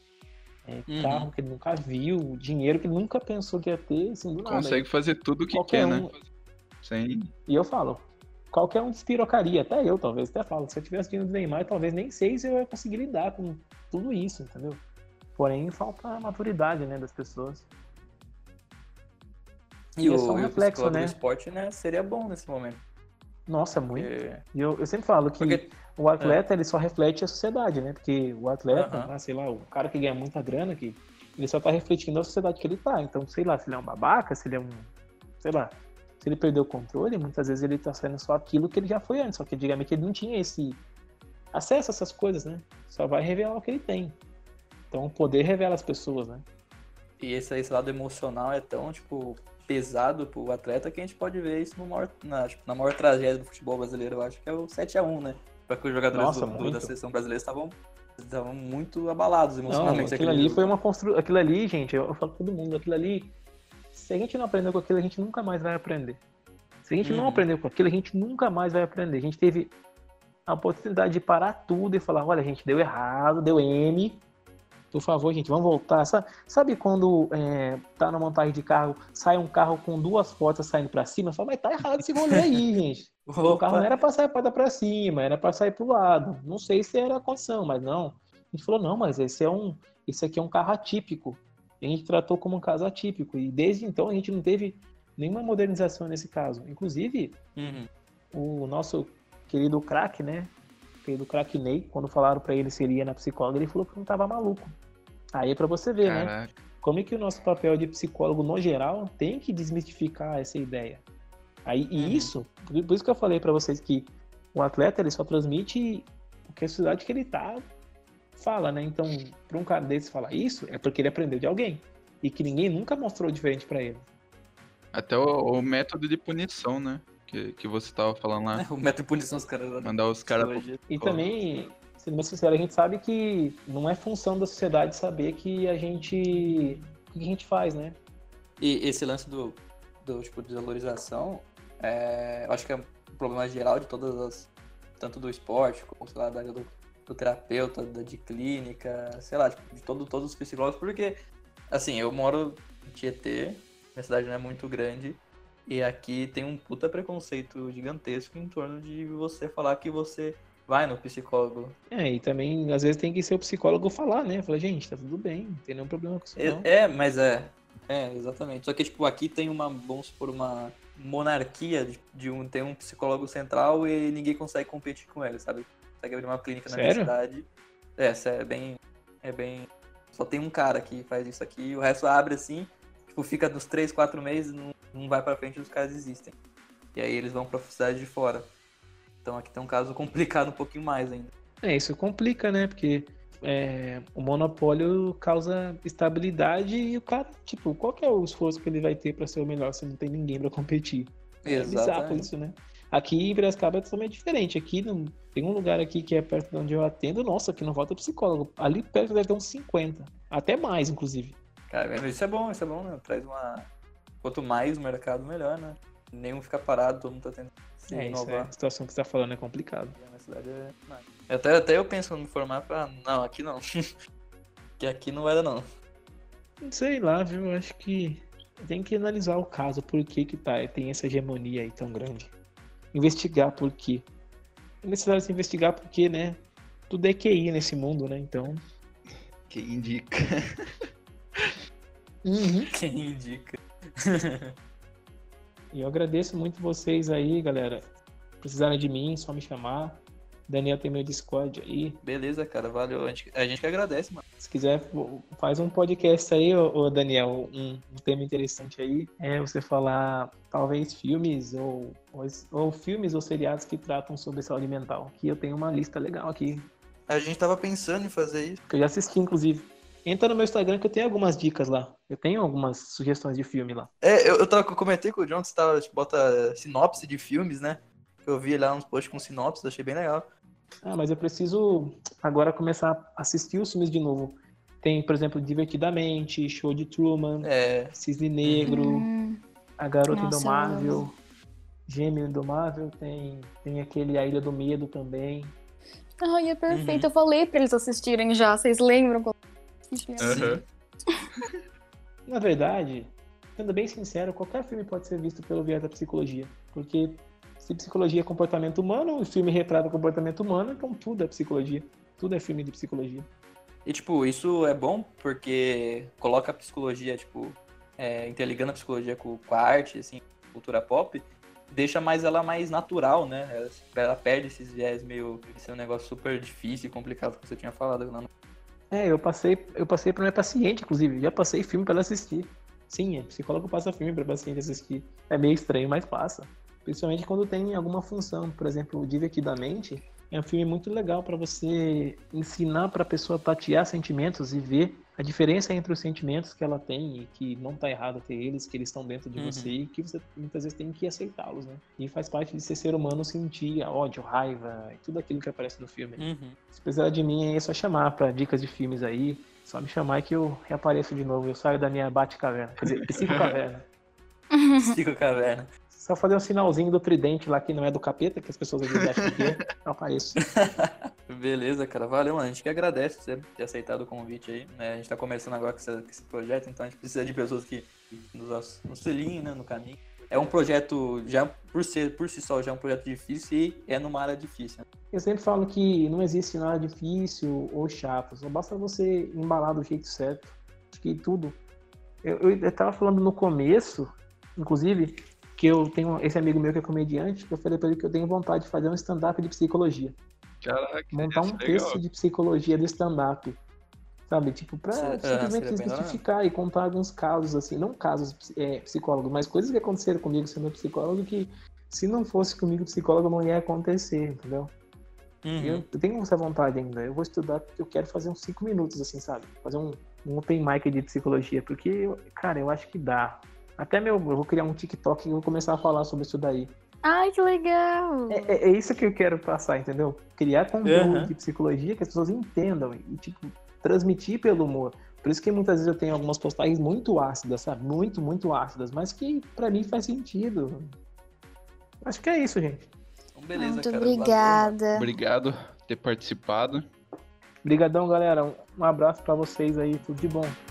Speaker 2: carro que ele nunca viu, dinheiro que ele nunca pensou que ia ter, assim, do nada.
Speaker 3: Consegue fazer tudo o que
Speaker 2: Qualquer
Speaker 3: quer,
Speaker 2: um,
Speaker 3: né? Sim.
Speaker 2: E eu falo, qualquer um despirocaria, até eu talvez, até falo, se eu tivesse dinheiro do Neymar, talvez nem sei se eu ia conseguir lidar com tudo isso, entendeu? Porém, falta a maturidade, né, das pessoas.
Speaker 1: E
Speaker 2: é só um
Speaker 1: o
Speaker 2: reflexo,
Speaker 1: psicólogo
Speaker 2: né?
Speaker 1: do esporte, né, seria bom nesse momento.
Speaker 2: Nossa, muito.
Speaker 1: Porque...
Speaker 2: E eu sempre falo que
Speaker 1: Porque-
Speaker 2: o atleta, ele só reflete a sociedade, né? Porque o atleta, sei lá, o cara que ganha muita grana, ele só tá refletindo a sociedade que ele tá. Então, sei lá, se ele é um babaca, se ele é sei lá, se ele perdeu o controle, muitas vezes ele tá sendo só aquilo que ele já foi antes. Só que antigamente ele não tinha esse acesso a essas coisas, né? Só vai revelar o que ele tem. Então, o poder revela as pessoas, né?
Speaker 1: E esse lado emocional é tão, tipo, pesado pro atleta que a gente pode ver isso na maior tragédia do futebol brasileiro, eu acho que é o 7-1, né? Porque os jogadores da seleção brasileira estavam muito abalados emocionalmente.
Speaker 2: Não, aquilo ali foi uma construção. Aquilo ali, gente, eu falo pra todo mundo, aquilo ali, se a gente não aprendeu com aquilo, a gente nunca mais vai aprender. Se a gente não aprendeu com aquilo, a gente nunca mais vai aprender. A gente teve a oportunidade de parar tudo e falar, olha, gente, deu errado, deu M. Por favor, gente, vamos voltar. Sabe quando tá na montagem de carro, sai um carro com duas portas saindo pra cima? Fala, mas tá errado esse rolê aí, gente. O carro não era pra sair a porta pra cima, era pra sair pro lado. Não sei se era a condição, mas não. A gente falou, não, mas esse aqui é um carro atípico. E a gente tratou como um caso atípico. E desde então a gente não teve nenhuma modernização nesse caso. Inclusive, o nosso querido craque, né? Do craque Ney, quando falaram pra ele se ele ia na psicóloga, ele falou que não tava maluco. Aí é pra você ver, né? Como é que o nosso papel de psicólogo, no geral, tem que desmistificar essa ideia. Aí, e isso, por isso que eu falei pra vocês que o atleta, ele só transmite o que a sociedade que ele tá fala, né? Então, pra um cara desse falar isso, é porque ele aprendeu de alguém. E que ninguém nunca mostrou diferente pra ele.
Speaker 3: Até o método de punição, né? Que você tava falando lá.
Speaker 1: O método de punição dos caras.
Speaker 3: Mandar os caras...
Speaker 2: E também, sendo bem sincero, a gente sabe que não é função da sociedade saber que o que a gente faz, né?
Speaker 1: E esse lance do tipo, desvalorização, eu acho que é um problema geral de todas as... Tanto do esporte, como, sei lá, do terapeuta, de clínica, sei lá, tipo, de todos os psicólogos, porque, assim, eu moro em Tietê, minha cidade não é muito grande, e aqui tem um puta preconceito gigantesco em torno de você falar que você vai no psicólogo.
Speaker 2: E também, às vezes, tem que ser o psicólogo falar, né? Fala, gente, tá tudo bem, não tem nenhum problema com isso, não.
Speaker 1: Mas exatamente. Só que, tipo, aqui tem vamos supor, uma monarquia tem um psicólogo central e ninguém consegue competir com ele, sabe? Consegue abrir uma clínica na minha
Speaker 2: Sério?
Speaker 1: cidade. É bem... Só tem um cara que faz isso aqui, o resto abre assim, tipo, fica dos 3, 4 meses, não vai pra frente e os caras desistem. E aí eles vão pra cidade de fora. Então aqui tem um caso complicado um pouquinho mais ainda.
Speaker 2: Isso complica, né? Porque o monopólio causa estabilidade e o cara, tipo, qual que é o esforço que ele vai ter pra ser o melhor se não tem ninguém pra competir? É bizarro
Speaker 1: Exatamente.
Speaker 2: isso, né? Aqui em Piracicaba é totalmente diferente. Aqui tem um lugar aqui que é perto de onde eu atendo, nossa, que não falta psicólogo. Ali perto deve ter uns 50. Até mais, inclusive.
Speaker 1: Cara, isso é bom, né? Traz Quanto mais o mercado, melhor, né? Nenhum fica parado, todo mundo tá tentando se inovar.
Speaker 2: A situação que você tá falando é complicada.
Speaker 1: Na cidade até eu penso em me formar pra... Não, aqui não. Que aqui não era, não.
Speaker 2: Sei lá, viu? Eu acho que tem que analisar o caso, por que tem essa hegemonia aí tão grande. Investigar por quê. É necessário se investigar porque, né? Tudo é QI nesse mundo, né? Então...
Speaker 3: Quem indica?
Speaker 1: Quem indica?
Speaker 2: E eu agradeço muito vocês aí, galera. Precisarem de mim, só me chamar. Daniel tem meu Discord aí.
Speaker 1: Beleza, cara, valeu. A gente que agradece, mano.
Speaker 2: Se quiser, faz um podcast aí, ô Daniel, um tema interessante aí. É você falar, talvez, filmes ou filmes ou seriados que tratam sobre saúde mental. Que eu tenho uma lista legal aqui,
Speaker 1: A gente tava pensando em fazer isso.
Speaker 2: que eu já assisti, inclusive. Entra no meu Instagram que eu tenho algumas dicas lá. Eu tenho algumas sugestões de filme lá.
Speaker 1: Eu comentei com o John que você bota sinopse de filmes, né? Eu vi lá uns posts com sinopse, achei bem legal.
Speaker 2: Mas eu preciso agora começar a assistir os filmes de novo. Tem, por exemplo, Divertidamente, Show de Truman, Cisne Negro, A Garota
Speaker 4: Nossa,
Speaker 2: Indomável, Gêmeo Indomável, tem aquele A Ilha do Medo também.
Speaker 4: Ai, é perfeito. Eu falei pra eles assistirem já. Vocês lembram quando
Speaker 3: Uhum.
Speaker 2: Na verdade, sendo bem sincero, qualquer filme pode ser visto pelo viés da psicologia. Porque se psicologia é comportamento humano, o filme retrata o comportamento humano, então tudo é psicologia. Tudo é filme de psicologia.
Speaker 1: E, tipo, isso é bom porque coloca a psicologia, tipo, interligando a psicologia com a arte, assim, cultura pop, deixa ela mais natural, né? Ela perde esses viés meio... Esse é um negócio super difícil e complicado que você tinha falado. Não.
Speaker 2: Eu passei para minha paciente, inclusive. Já passei filme para ela assistir. Sim, psicólogo passa filme para paciente assistir. É meio estranho, mas passa. Principalmente quando tem alguma função. Por exemplo, Divertidamente é um filme muito legal para você ensinar para a pessoa tatear sentimentos e ver a diferença entre os sentimentos que ela tem e que não tá errado ter eles, que eles estão dentro de você e que você muitas vezes tem que aceitá-los, né? E faz parte de ser humano sentir ódio, raiva e tudo aquilo que aparece no filme. Se precisar de mim, é só chamar para dicas de filmes aí. Só me chamar que eu reapareço de novo. Eu saio da minha Bate-Caverna. Quer dizer, Psico-Caverna.
Speaker 1: Psico-Caverna.
Speaker 2: Só fazer um sinalzinho do tridente lá que não é do capeta, que as pessoas às vezes acham que é. Eu apareço.
Speaker 1: Beleza, cara. Valeu, mano. A gente que agradece você ter aceitado o convite aí. Né? A gente tá começando agora com esse projeto, então a gente precisa de pessoas que nos auxiliem, né, no caminho. É um projeto, já por si só, já é um projeto difícil e é numa área difícil. Né?
Speaker 2: Eu sempre falo que não existe nada difícil ou chato. Só basta você embalar do jeito certo. Acho que tudo. Eu tava falando no começo, inclusive, que eu tenho esse amigo meu que é comediante, que eu falei pra ele que eu tenho vontade de fazer um stand-up de psicologia.
Speaker 3: Caraca,
Speaker 2: montar um texto de psicologia do stand-up, sabe? Tipo, pra simplesmente desmistificar e contar alguns casos, assim, não casos psicólogos, mas coisas que aconteceram comigo sendo psicólogo que, se não fosse comigo psicólogo, não ia acontecer, entendeu? Eu tenho essa vontade ainda. Eu vou estudar porque eu quero fazer uns 5 minutos, assim, sabe? Fazer um open mic de psicologia, porque, cara, eu acho que dá. Até eu vou criar um TikTok e vou começar a falar sobre isso daí.
Speaker 4: Ai, que legal!
Speaker 2: É isso que eu quero passar, entendeu? Criar conteúdo de psicologia que as pessoas entendam e, tipo, transmitir pelo humor. Por isso que muitas vezes eu tenho algumas postagens muito ácidas, sabe? Muito, muito ácidas, mas que pra mim faz sentido. Acho que é isso, gente.
Speaker 1: Então, beleza,
Speaker 4: muito
Speaker 1: cara.
Speaker 4: obrigada.
Speaker 3: Valeu. Obrigado por ter participado.
Speaker 2: Obrigadão, galera. Um abraço pra vocês aí. Tudo de bom.